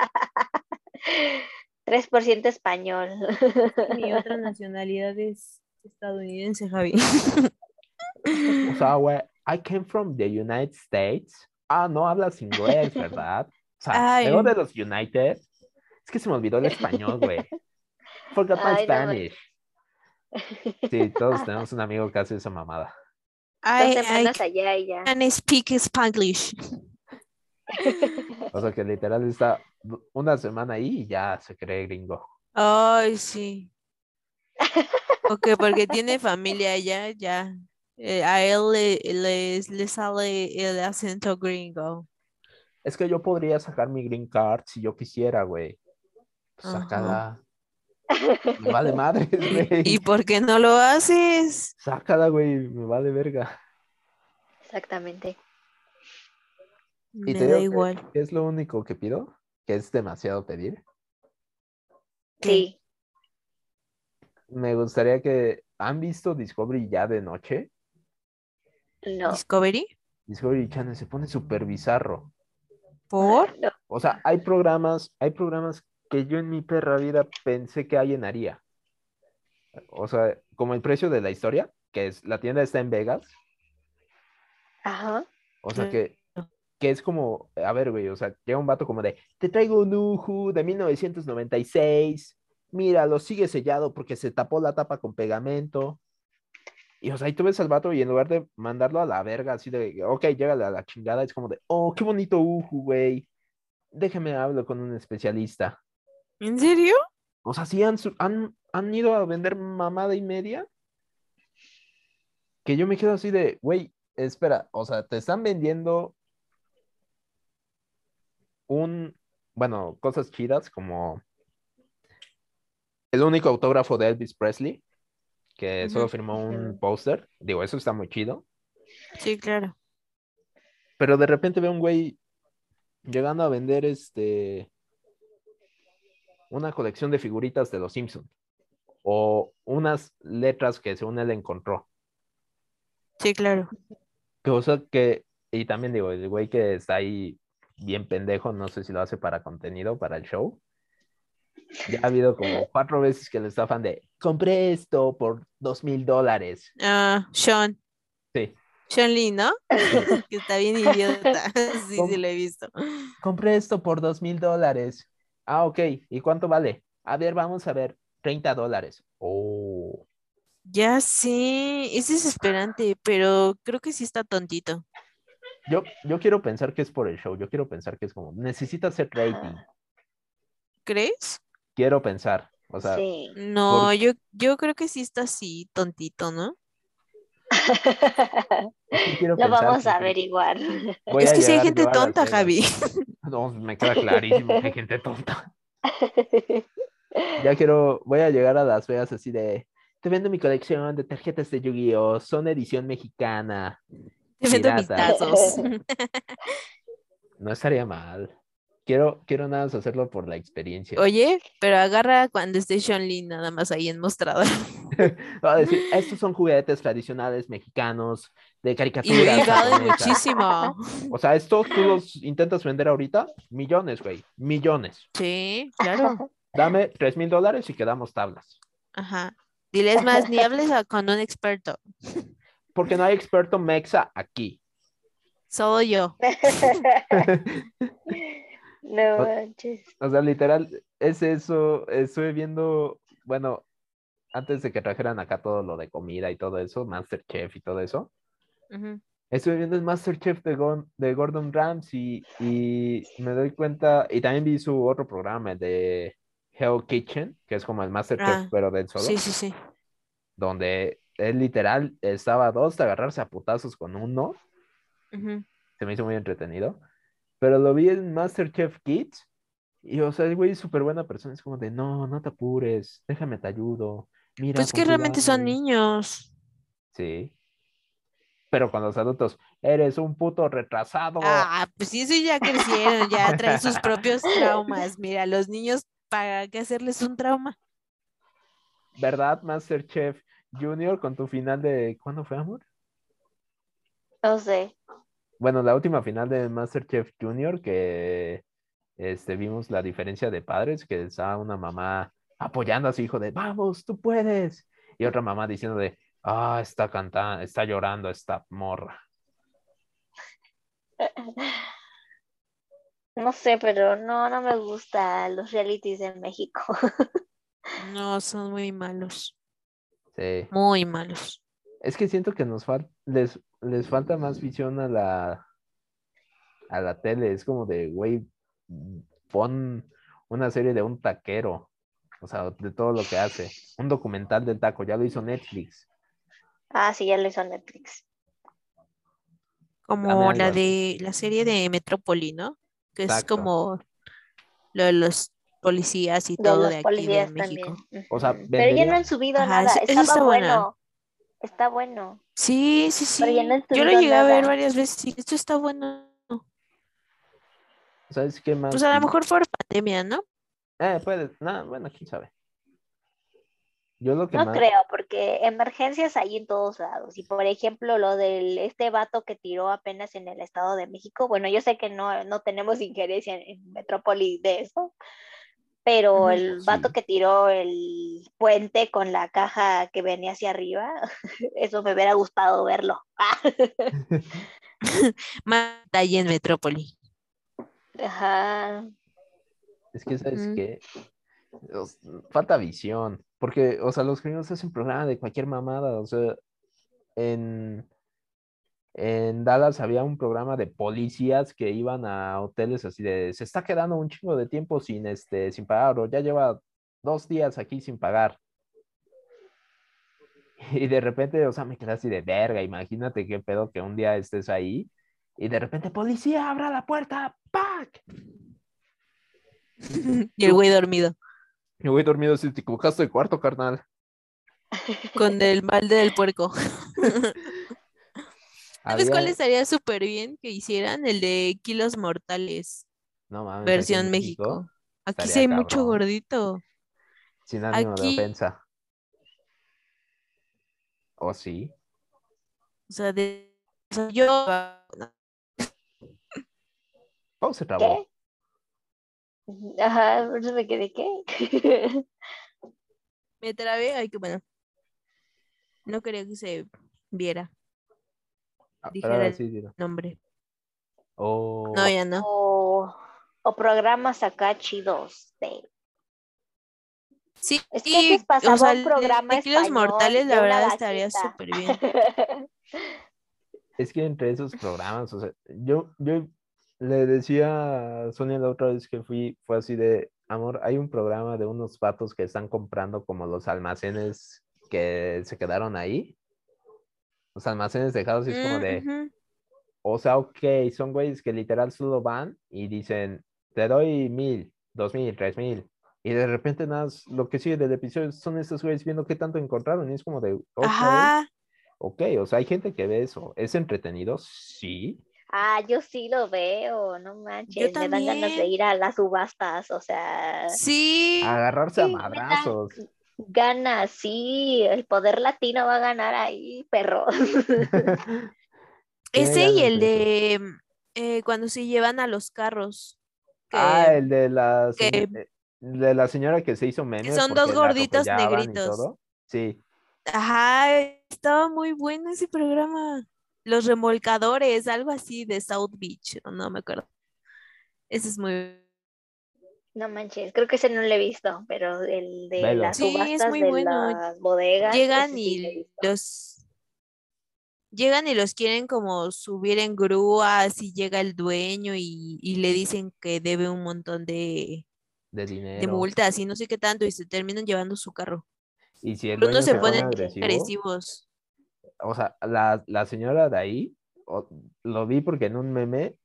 Tres por ciento español. Y mi otra nacionalidad es estadounidense, Javi. O sea, güey, I came from the United States. Ah, no hablas inglés, ¿verdad? O sea, vengo Ay, de los United. Es que se me olvidó el español, güey. Forgot my Ay, no Spanish. manches. Sí, todos tenemos un amigo que hace esa mamada. Dos I, I semanas allá y ya. can speak Spanglish. O sea, que literal está una semana ahí y ya se cree gringo. Ay, sí. Ok, porque tiene familia allá, ya. Eh, a él le, le, le sale el acento gringo. Es que yo podría sacar mi green card si yo quisiera, güey. Pues Ajá. sácala. Me vale madres, ¿Y güey. por qué no lo haces? Sácala, güey. Me vale verga. Exactamente. Y te Me da digo que igual. que es lo único que pido, que es demasiado pedir. ¿Qué? Sí, Me gustaría que... ¿Han visto Discovery ya de noche? no. ¿Discovery? Discovery Channel se pone súper bizarro. ¿Por? No. O sea, hay programas, hay programas que yo en mi perra vida pensé que alguien haría. O sea, como el precio de la historia, que es la tienda está en Vegas. Ajá. O sea, que, que es como, a ver, güey, o sea, llega un vato como de, te traigo un Uhu de mil novecientos noventa y seis, míralo, sigue sellado porque se tapó la tapa con pegamento. Y, o sea, y tú ves al vato y en lugar de mandarlo a la verga, así de, ok, llégale a la chingada, es como de, oh, qué bonito Uhu, güey. Déjame hablo con un especialista. ¿En serio? O sea, sí han, su- han, han ido a vender mamada y media, que yo me quedo así de, güey, espera, o sea, te están vendiendo un, bueno, cosas chidas como el único autógrafo de Elvis Presley, que Ujú. solo firmó un Ujú. póster. Digo, eso está muy chido. Sí, claro. Pero de repente veo un güey llegando a vender este una colección de figuritas de los Simpsons o unas letras que según él encontró. Sí, claro. Cosa que, y también digo, el güey que está ahí bien pendejo, no sé si lo hace para contenido, para el show. Ya ha habido como cuatro veces que le estafan de, compré esto por dos mil dólares. Ah, Sean. Sí, Sean Lee, ¿no? sí. Que está bien idiota. Sí, sí, Com- lo he visto. compré esto por dos mil dólares. Ah, ok. ¿Y cuánto vale? A ver, vamos a ver. Treinta dólares. Oh. Ya sé, es desesperante, pero creo que sí está tontito. Yo, yo quiero pensar que es por el show. Yo quiero pensar que es como, necesita hacer rating. Ajá. ¿Crees? Quiero pensar. O sea, Sí. No, por, yo, yo creo que sí está así tontito, ¿no? es que quiero Lo pensar vamos a porque averiguar. voy Es a que sí hay llegar gente yo a Las tonta, Vegas. Javi. No, me queda clarísimo que hay gente tonta. Ya quiero, voy a llegar a Las Vegas así de, te vendo mi colección de tarjetas de Yu-Gi-Oh! Son edición mexicana, Te vendo mis pirata. tazos. No estaría mal. Quiero, quiero nada más hacerlo por la experiencia. Oye, pero agarra cuando esté Sean Lee nada más ahí en mostrador. Va a decir, estos son juguetes tradicionales mexicanos de Y, y caricaturas valen japonesas. muchísimo. O sea, estos tú los intentas vender ahorita, millones, güey, millones. Sí, claro. Dame tres mil dólares y quedamos tablas. Ajá. Diles más, ni hables a- con un experto. Porque no hay experto mexa aquí. Solo yo. No O, manches. o sea, literal, es eso. Estuve viendo, bueno, antes de que trajeran acá todo lo de comida y todo eso, MasterChef y todo eso. Ujú. Estuve viendo el MasterChef de, Gon- de Gordon Ramsay y me doy cuenta, y también vi su otro programa el de Hell Kitchen, que es como el MasterChef, Ah, pero del sí, solo, sí, sí. donde él literal estaba a dos de agarrarse a putazos con uno. Ujú. Se me hizo muy entretenido. Pero lo vi en MasterChef Kids y, o sea, el güey es súper buena persona. Es como de, no, no te apures, déjame te ayudo. Mira, Pues con que realmente son cuidado. niños. Sí, pero con los adultos, eres un puto retrasado. Ah, pues sí, eso ya crecieron, ya traen sus propios traumas. Mira, los niños, ¿para qué hacerles un trauma? ¿Verdad, MasterChef Junior, con tu final de... ¿Cuándo fue, amor? No sé. Bueno, la última final de MasterChef Junior, que este, vimos la diferencia de padres, que estaba una mamá apoyando a su hijo de, vamos, tú puedes. Y otra mamá diciendo de, ah, está cantando, está llorando esta morra. No sé, pero no, no me gustan los realities de México. No, son muy malos, Sí. muy malos. Es que siento que nos fal- les, les falta más visión a la, a la tele. Es como de, güey, pon una serie de un taquero. O sea, de todo lo que hace. Un documental del taco, ya lo hizo Netflix. Ah, sí, ya lo hizo Netflix. Dame Como algo la así. de la serie de Metrópoli, ¿no? Que es Exacto. como lo de los policías y De todo de los aquí de policías también. México. O sea, Ujú. Pero ya no vendería. han subido Ajá, nada. ese- esa Estaba está buena. bueno. Está bueno. Sí, sí, Pero ya no sí. han Yo lo subido llegué a ver nada. varias veces y esto está bueno. ¿Sabes qué Pues más a lo vi? mejor por pandemia, ¿no? Eh, puede. No, bueno, quién sabe. Yo lo que No más. creo, porque emergencias hay en todos lados. Y por ejemplo, lo del este vato que tiró apenas en el Estado de México, bueno, yo sé que no, no tenemos injerencia en, en Metrópoli de eso, pero Ujú. Oh, el vato sí. que tiró el puente con la caja que venía hacia arriba, eso me hubiera gustado verlo. Mata ahí en Metrópoli. Ajá. Es que, ¿sabes Ujú. qué? Os- falta visión. Porque, o sea, los gringos hacen programa de cualquier mamada. O sea, en, en Dallas había un programa de policías que iban a hoteles así de, se está quedando un chingo de tiempo sin, este, sin pagar, o ya lleva dos días aquí sin pagar. Y de repente, o sea, me quedé así de verga. Imagínate qué pedo que un día estés ahí y de repente, policía, abra la puerta, ¡pac! Y el Tú, güey dormido. me voy dormido si te equivocaste de cuarto, carnal. con el mal del puerco. ¿Sabes cuál Había, estaría súper bien que hicieran? El de Kilos Mortales, no mames, aquí en versión México México. Aquí sí estaría hay mucho cabrón, gordito. sin ánimo de Aquí, ofensa. ¿O sí? o sea, de, o sea, yo ¿Cómo se trabó? ¿Qué? Ajá, por eso me quedé, ¿qué? me trabé, ay, qué bueno. No quería que se viera, Ah, pero dijera ahora el sí, dilo. nombre. No, O ya no. O, o programas acá chidos de... Sí, Es que antes y, o pasaba sea, un el de, programa de Kilos español Mortales, de la una verdad, estaría vaquita. súper bien. es que entre esos programas, o sea, yo, yo le decía a Sonia la otra vez que fui, fue así de, amor, hay un programa de unos vatos que están comprando como los almacenes que se quedaron ahí, los almacenes dejados y es como Mm, de, ujú. o sea, ok, son güeyes que literal solo van y dicen, te doy mil, dos mil, tres mil. Y de repente nada, más, lo que sigue del episodio son estos güeyes viendo qué tanto encontraron. Y es como de, ok, Ajá, ok, o sea, hay gente que ve eso. ¿Es entretenido? Sí. Ah, yo sí lo veo, no yo manches, me dan ganas de también. ir a las subastas, o sea, Sí, Agarrarse a sí, me dan madrazos. ganas, sí, el poder latino va a ganar ahí, perro. Tiene ese y ganas el de eso. de mm, eh, cuando se llevan a los carros, Ah, que, el de la, seño- que, eh, de la señora que se hizo que meme son dos porque la gorditos atropellaban y negritos. todo. Sí, Ajá, estaba muy bueno ese programa. Los remolcadores, algo así de South Beach, o no me acuerdo. Ese es muy... No manches, creo que ese no lo he visto, pero el de velo. las Sí, es subastas muy de bueno. las bodegas, Llegan ese sí lo he y visto. los... Llegan y los quieren como subir en grúas y llega el dueño y, y le dicen que debe un montón de, De de dinero. multas y no sé qué tanto y se terminan llevando su carro. Y si el Pero unos dueño se se No pone ponen manches. agresivo, agresivos. o sea, la, la señora de ahí, o- lo vi porque en un meme,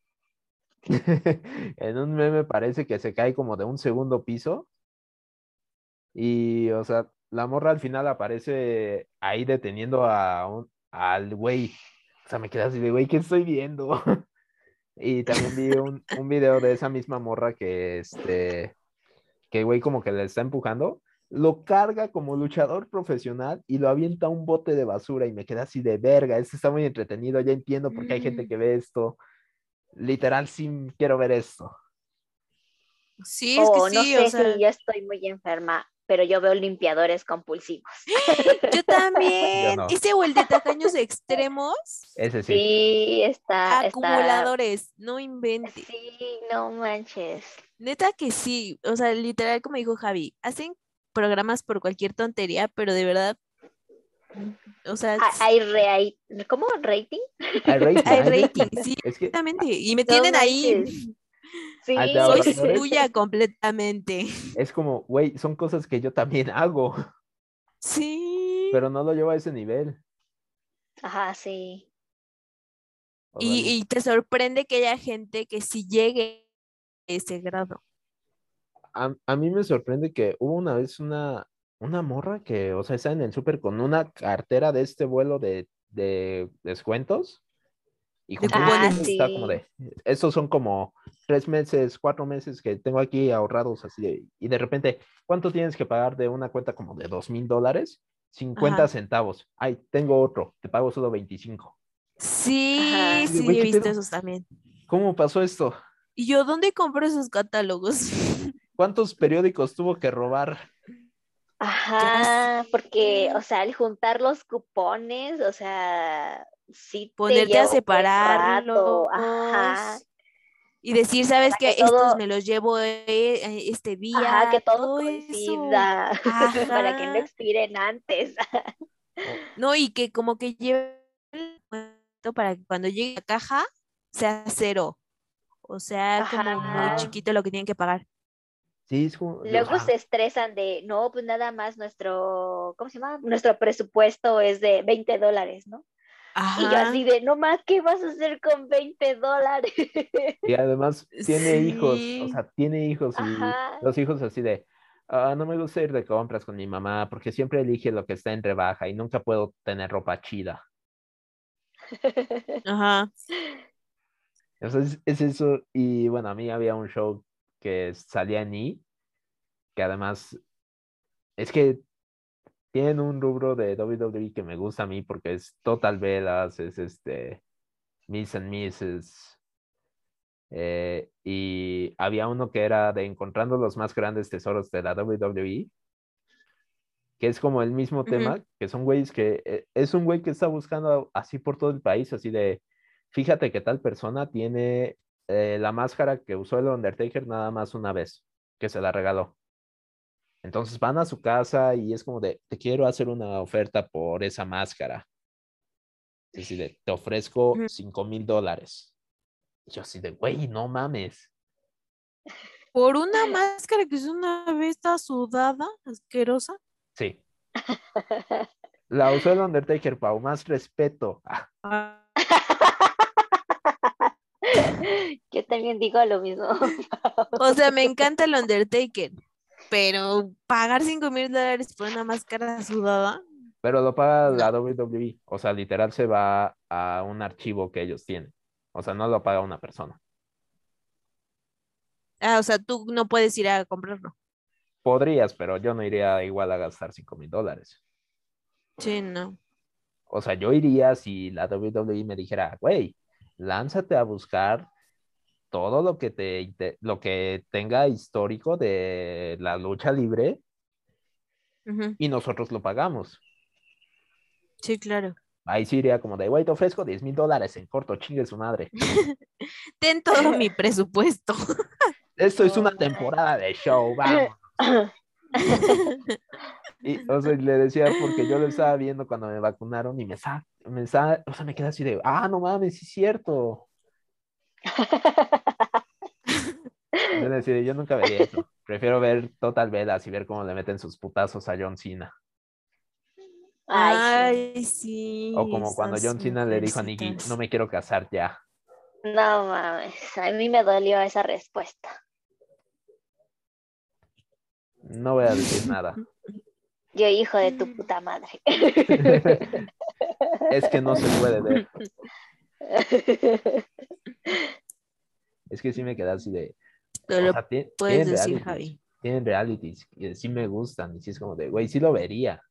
en un meme parece que se cae como de un segundo piso y, o sea, la morra al final aparece ahí deteniendo a un, al güey. O sea, me quedé así de, güey, ¿qué estoy viendo? Y también vi un, un video de esa misma morra que, este, que güey como que le está empujando, lo carga como luchador profesional y lo avienta a un bote de basura y me queda así de verga, esto está muy entretenido, ya entiendo por qué hay gente Mm, que ve esto, literal sí quiero ver esto. sí, es que O no sí, o sé si sea, yo estoy muy enferma, pero yo veo limpiadores compulsivos. yo Yo también. no, Ese o el de tacaños extremos, ese sí, Sí, está, está, acumuladores, no invente. sí, no manches. Neta que sí, o sea, literal como dijo Javi, hacen programas por cualquier tontería, pero de verdad, o sea, Ha- s- Hay re, ¿cómo? ¿Rating? hay rating, hay hay rating, rating, sí, es que exactamente. Y me No tienen ahí, manches. al de soy Sí. ahorradores suya completamente. es como, güey, son cosas que yo también hago, Sí. pero no lo llevo a ese nivel. Ajá, sí. O sea, Y, li- y te sorprende que haya gente que sí llegue a ese grado. a, a mí me sorprende que hubo una vez una, una morra que, o sea, está en el súper con una cartera de este vuelo de, de descuentos y De juntó un Ah, chingo y cupones. estaba como sí. de, estos son como tres meses, cuatro meses que tengo aquí ahorrados así de, y de repente, ¿cuánto tienes que pagar de una cuenta como de dos mil dólares? cincuenta Ajá. centavos. Ay, tengo otro, te pago solo veinticinco. Sí, Y Ajá. de, sí, güey, he ¿qué visto pedo? esos también. ¿Cómo pasó esto? ¿Y yo dónde compro esos catálogos? ¿Cuántos periódicos tuvo que robar? Ya Ajá, porque, o sé. sea, al juntar los cupones, o sea, sí te Ponerte a lleva un buen rato. Ajá, separarlos y decir, ¿sabes para que qué? Estos todo, me los llevo eh, eh, este ajá, que día, todo todo eso. coincida, para que no Ajá. expiren antes. O- No, y que como que lleve el momento para que cuando llegue a caja sea cero. O sea, como muy Ajá. Ajá. chiquito lo que tienen que pagar. Sí, es como, o Luego sea, se estresan de, no, pues nada más nuestro, ¿cómo se llama? Nuestro presupuesto es de veinte dólares, ¿no? Y yo así Ajá. de, no más, ¿qué vas a hacer con veinte dólares? y además tiene hijos, o Sí. sea, tiene hijos y Ajá. los hijos así de, Ah, no me gusta ir de compras con mi mamá porque siempre elige lo que está en rebaja y nunca puedo tener ropa chida. Ajá. Entonces es eso. Y bueno, a mí había un show que salía en E! Que además es que tienen un rubro de W W E que me gusta a mí porque es Total Velas, es este Miss and Misses eh, y había uno que era de encontrando los más grandes tesoros de la W W E, que es como el mismo Ujú. tema, que son güeyes que eh, es un güey que está buscando así por todo el país, así de, fíjate que tal persona tiene eh, la máscara que usó el Undertaker nada más una vez, que se la regaló. Entonces van a su casa y es como de, te quiero hacer una oferta por esa máscara. Es decir, de, te ofrezco Ujú. cinco mil dólares. Y yo así de, güey, no mames. Por una máscara que es una besta sudada, asquerosa. Sí, la usó el Undertaker, Pau, más respeto. Ah, Ah, Yo también digo lo mismo. o sea, me encanta el Undertaker, pero pagar cinco mil dólares por una máscara sudada, pero lo paga no. la W W E. O sea, literal se va a un archivo que ellos tienen. O sea, no lo paga una persona. Ah, o sea, tú no puedes ir a comprarlo. Podrías, pero yo no iría igual a gastar cinco mil dólares. Sí, no. O sea, yo iría si la W W E me dijera, güey, lánzate a buscar todo lo que te, te- lo que tenga histórico de la lucha libre Ujú. y nosotros lo pagamos. Sí, claro. Ahí sí iría como de, güey, te ofrezco diez mil dólares en corto, chingue su madre. Ten todo mi presupuesto. Esto es una No, ma. temporada de show, vamos. Y, o sea, le decía porque yo lo estaba viendo cuando me vacunaron y me sa, me sa, o sea, me quedé así de, ah, no mames, sí es cierto. Yo le decía, yo nunca vería eso. Prefiero ver Total Velas y ver cómo le meten sus putazos a John Cena. Ay, sí. Ay, O sí, como cuando esas John Cena le dijo a Nikki, no mujercitas. me quiero casar ya. No mames, a mí me dolió esa respuesta. No voy a decir nada. Yo, hijo de tu puta madre. Es que no se puede ver. Es que sí me quedé así de, No o lo sea, ti- puedes tienen decir, realities, Javi. tienen realities que sí me gustan y sí es como de, güey, sí lo vería.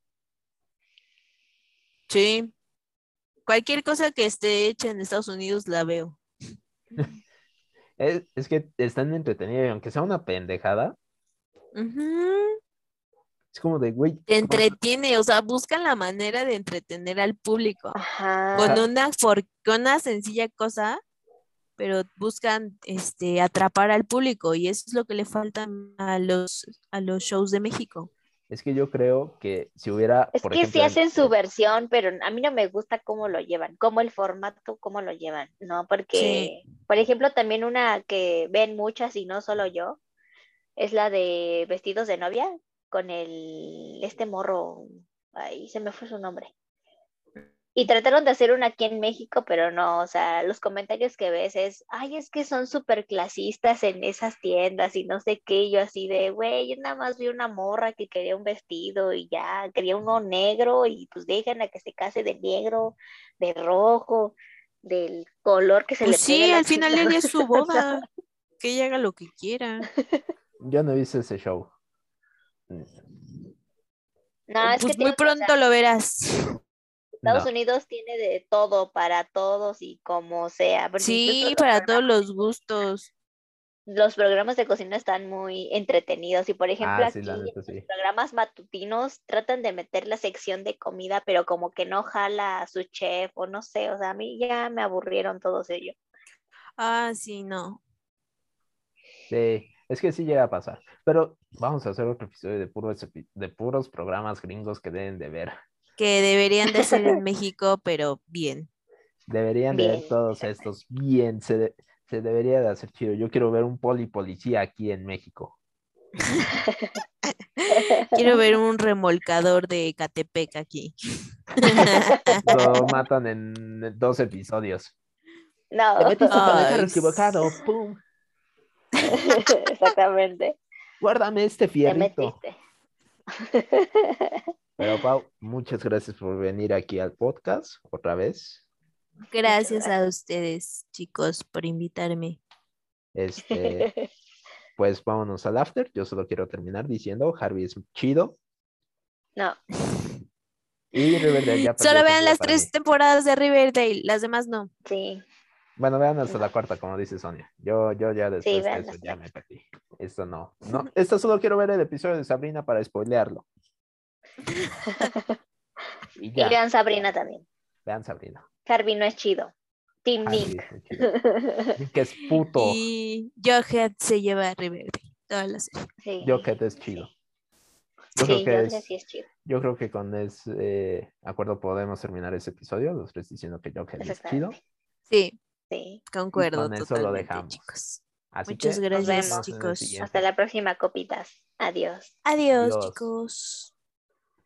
Sí, cualquier cosa que esté hecha en Estados Unidos la veo. Es, es que están entretenidos y aunque sea una pendejada, Ujú. es como de, güey, Te ¿cómo? entretiene, o sea, buscan la manera de entretener al público O con Ajá. sea, una, for- con una sencilla cosa, pero buscan este, atrapar al público y eso es lo que le falta a los, a los shows de México. es que yo creo que si hubiera, Es por que sí ejemplo, en, hacen su en- versión, pero a mí no me gusta cómo lo llevan, cómo el formato, cómo lo llevan, ¿no? Sí, Porque, por ejemplo, también una que ven muchas y no solo yo, es la de vestidos de novia con el, este morro, ahí se me fue su nombre. Y trataron de hacer una aquí en México, pero no, o sea, los comentarios que ves es, ay, es que son súper clasistas en esas tiendas y no sé qué, y yo así de, güey, yo nada más vi una morra que quería un vestido y ya, quería uno negro y pues dejan a que se case de negro, de rojo, del color que se pues le pegue sí, la al final del chingada. día es su O sea, boda, que ella haga lo que quiera. yo no he visto ese show. no, es que Pues te digo muy que, o sea, pronto lo verás. Estados No, Unidos tiene de todo para todos y como sea, porque incluso Sí, los para todos programas los gustos. los programas de cocina están muy entretenidos y por ejemplo ah, sí, la aquí en neta los sí. programas matutinos tratan de meter la sección de comida, pero como que no jala a su chef o no sé, o sea, a mí ya me aburrieron todos ellos. Ah, sí, no. Sí, es que sí llega a pasar. Pero vamos a hacer otro episodio de puros, epi- de puros programas gringos que deben de ver. Que deberían de hacer en México, pero bien. Deberían de ver Bien, todos exacto. estos bien. Se, de- se debería de hacer chido. Yo quiero ver un poli policía aquí en México. Quiero ver un remolcador de Catepec aquí. Lo matan en dos episodios. Te No, metiste por el carro Ay, equivocado. ¡Pum! exactamente. guárdame este Te fierrito. metiste. Pero Pau, muchas gracias por venir aquí al podcast otra vez. Gracias gracias. a ustedes, chicos, por invitarme. Este, pues vámonos al after. Yo solo quiero terminar diciendo, Harvey es chido. No, Y Riverdale ya perdió Solo vean sentido las para mí. tres temporadas de Riverdale, las demás no. sí, Bueno, vean hasta No. la cuarta, como dice Sonia. Yo, yo ya después de vean eso hasta ya la me perdí. Esto no. No, esto solo quiero ver el episodio de Sabrina para spoilearlo. Y y ya, vean Sabrina también. vean Sabrina. Harvey no es chido. Team Harvey Nick. es muy chido. Nick es puto. Y Jughead se lleva a Riverdale, toda la serie. Sí, Jughead es chido. Yo sí, creo que Jughead es, sí es chido. yo creo que con ese eh, acuerdo podemos terminar ese episodio, los tres diciendo que Jughead es chido. Exactamente. Sí, Sí. concuerdo con eso lo totalmente, dejamos. chicos. Así Muchas que Nos gracias, vemos. nos vemos en el chicos. siguiente. Hasta la próxima, copitas. Adiós. Adiós, Adiós. chicos.